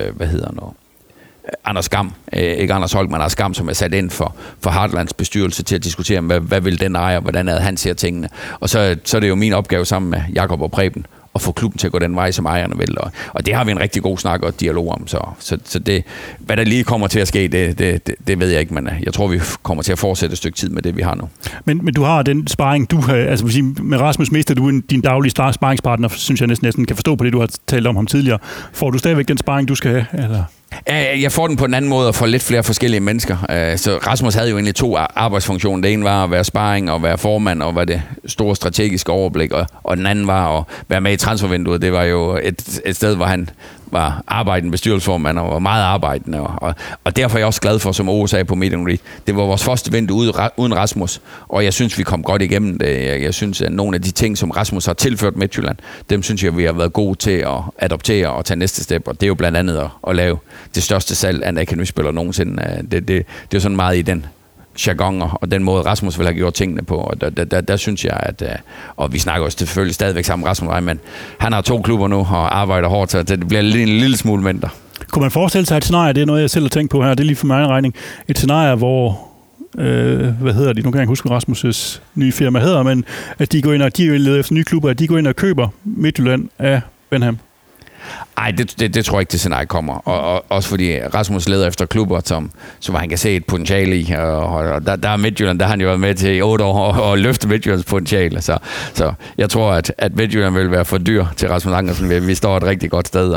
Anders Gam, ikke Anders Holk, men Anders Gam, som er sat ind for Heartlands bestyrelse til at diskutere, hvad vil den ejer, hvordan han ser tingene. Og så er det jo min opgave sammen med Jakob og Preben, at få klubben til at gå den vej, som ejerne vil. Og det har vi en rigtig god snak og dialog om. Så det, hvad der lige kommer til at ske, det ved jeg ikke, men jeg tror, vi kommer til at fortsætte et stykke tid med det, vi har nu. Men du har den sparring, altså med Rasmus mister du din daglige sparringspartner, synes jeg næsten kan forstå på det, du har talt om ham tidligere. Får du stadigvæk den sparring, du skal have? Eller? Jeg får den på en anden måde og får lidt flere forskellige mennesker. Så Rasmus havde jo egentlig 2 arbejdsfunktioner. Det ene var at være sparring og være formand og være det store strategiske overblik, og den anden var at være med i transfervinduet. Det var jo et sted, hvor han var arbejdende bestyrelsesformand og var meget arbejdende. Og derfor er jeg også glad for, som Ove sagde på Medium, det var vores første vindue uden Rasmus, og jeg synes, vi kom godt igennem det. Jeg synes, at nogle af de ting, som Rasmus har tilført Midtjylland, dem synes jeg, vi har været gode til at adoptere og tage næste step, og det er jo blandt andet at lave det største salg af en akademispiller nogensinde. Det er jo sådan meget i den jargon og den måde, Rasmus vil have gjort tingene på. Og der synes jeg, at... Og vi snakker jo selvfølgelig stadigvæk sammen med Rasmus, men han har 2 klubber nu og arbejder hårdt, så det bliver en lille smule mindre. Kunne man forestille sig et scenarie, det er noget, jeg selv har tænkt på her, det er lige for min egen regning, et scenarie, hvor... hvad hedder de? Nu kan jeg ikke huske, hvad Rasmus' nye firma hedder, men at de går ind og de leder efter nye klubber, at de går ind og køber Midtjylland af Benham. Nej, det tror jeg ikke, det scenarie kommer. Og også fordi Rasmus leder efter klubber, som han kan se et potentiale i. Og der er Midtjylland, der har han jo været med til i 8 år og løfte Midtjyllands potentiale. Så jeg tror, at Midtjylland vil være for dyr til Rasmus Ankersen. Vi står et rigtig godt sted,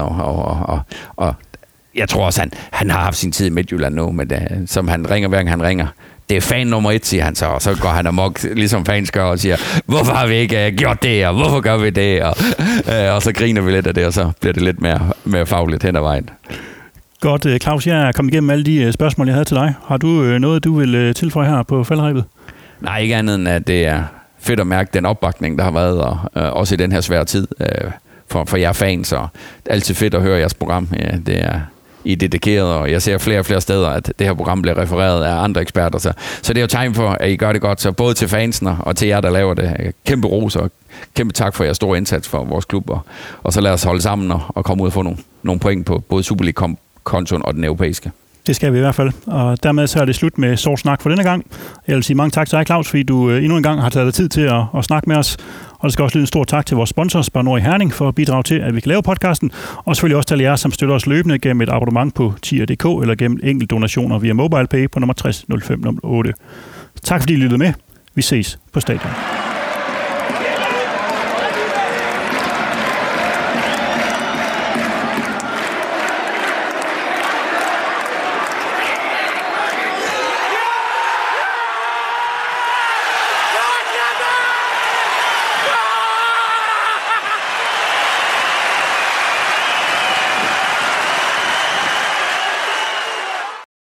og jeg tror også, han har haft sin tid i Midtjylland nu, men som han ringer, hver gang han ringer. Det er fan nummer 1, siger han så, og så går han amok, ligesom fans gør, og siger, hvorfor har vi ikke gjort det, og hvorfor gør vi det, og så griner vi lidt af det, og så bliver det lidt mere fagligt hen ad vejen. Godt, Claus, jeg er kommet igennem alle de spørgsmål, jeg havde til dig. Har du noget, du vil tilføje her på faldrebet? Nej, ikke andet end, at det er fedt at mærke den opbakning, der har været, og også i den her svære tid for jer fans, og altid fedt at høre jeres program. Ja, det er I er dedikeret, og jeg ser flere og flere steder, at det her program bliver refereret af andre eksperter. Så det er jo tegn for, at I gør det godt. Så både til fansene og til jer, der laver det. Kæmpe ros og kæmpe tak for jeres store indsats for vores klub. Og så lad os holde sammen og komme ud og få nogle point på både Superliga-kontoen og den europæiske. Det skal vi i hvert fald. Og dermed så er det slut med Sort Snak for denne gang. Jeg vil sige mange tak til dig, Claus, fordi du endnu en gang har taget dig tid til at snakke med os. Og det skal også lyde en stor tak til vores sponsor, Spar Nord i Herning, for at bidrage til, at vi kan lave podcasten. Og selvfølgelig også til jer, som støtter os løbende gennem et abonnement på tier.dk eller gennem enkeltdonationer via MobilePay på nummer 60 05 08. Tak fordi I lyttede med. Vi ses på stadion.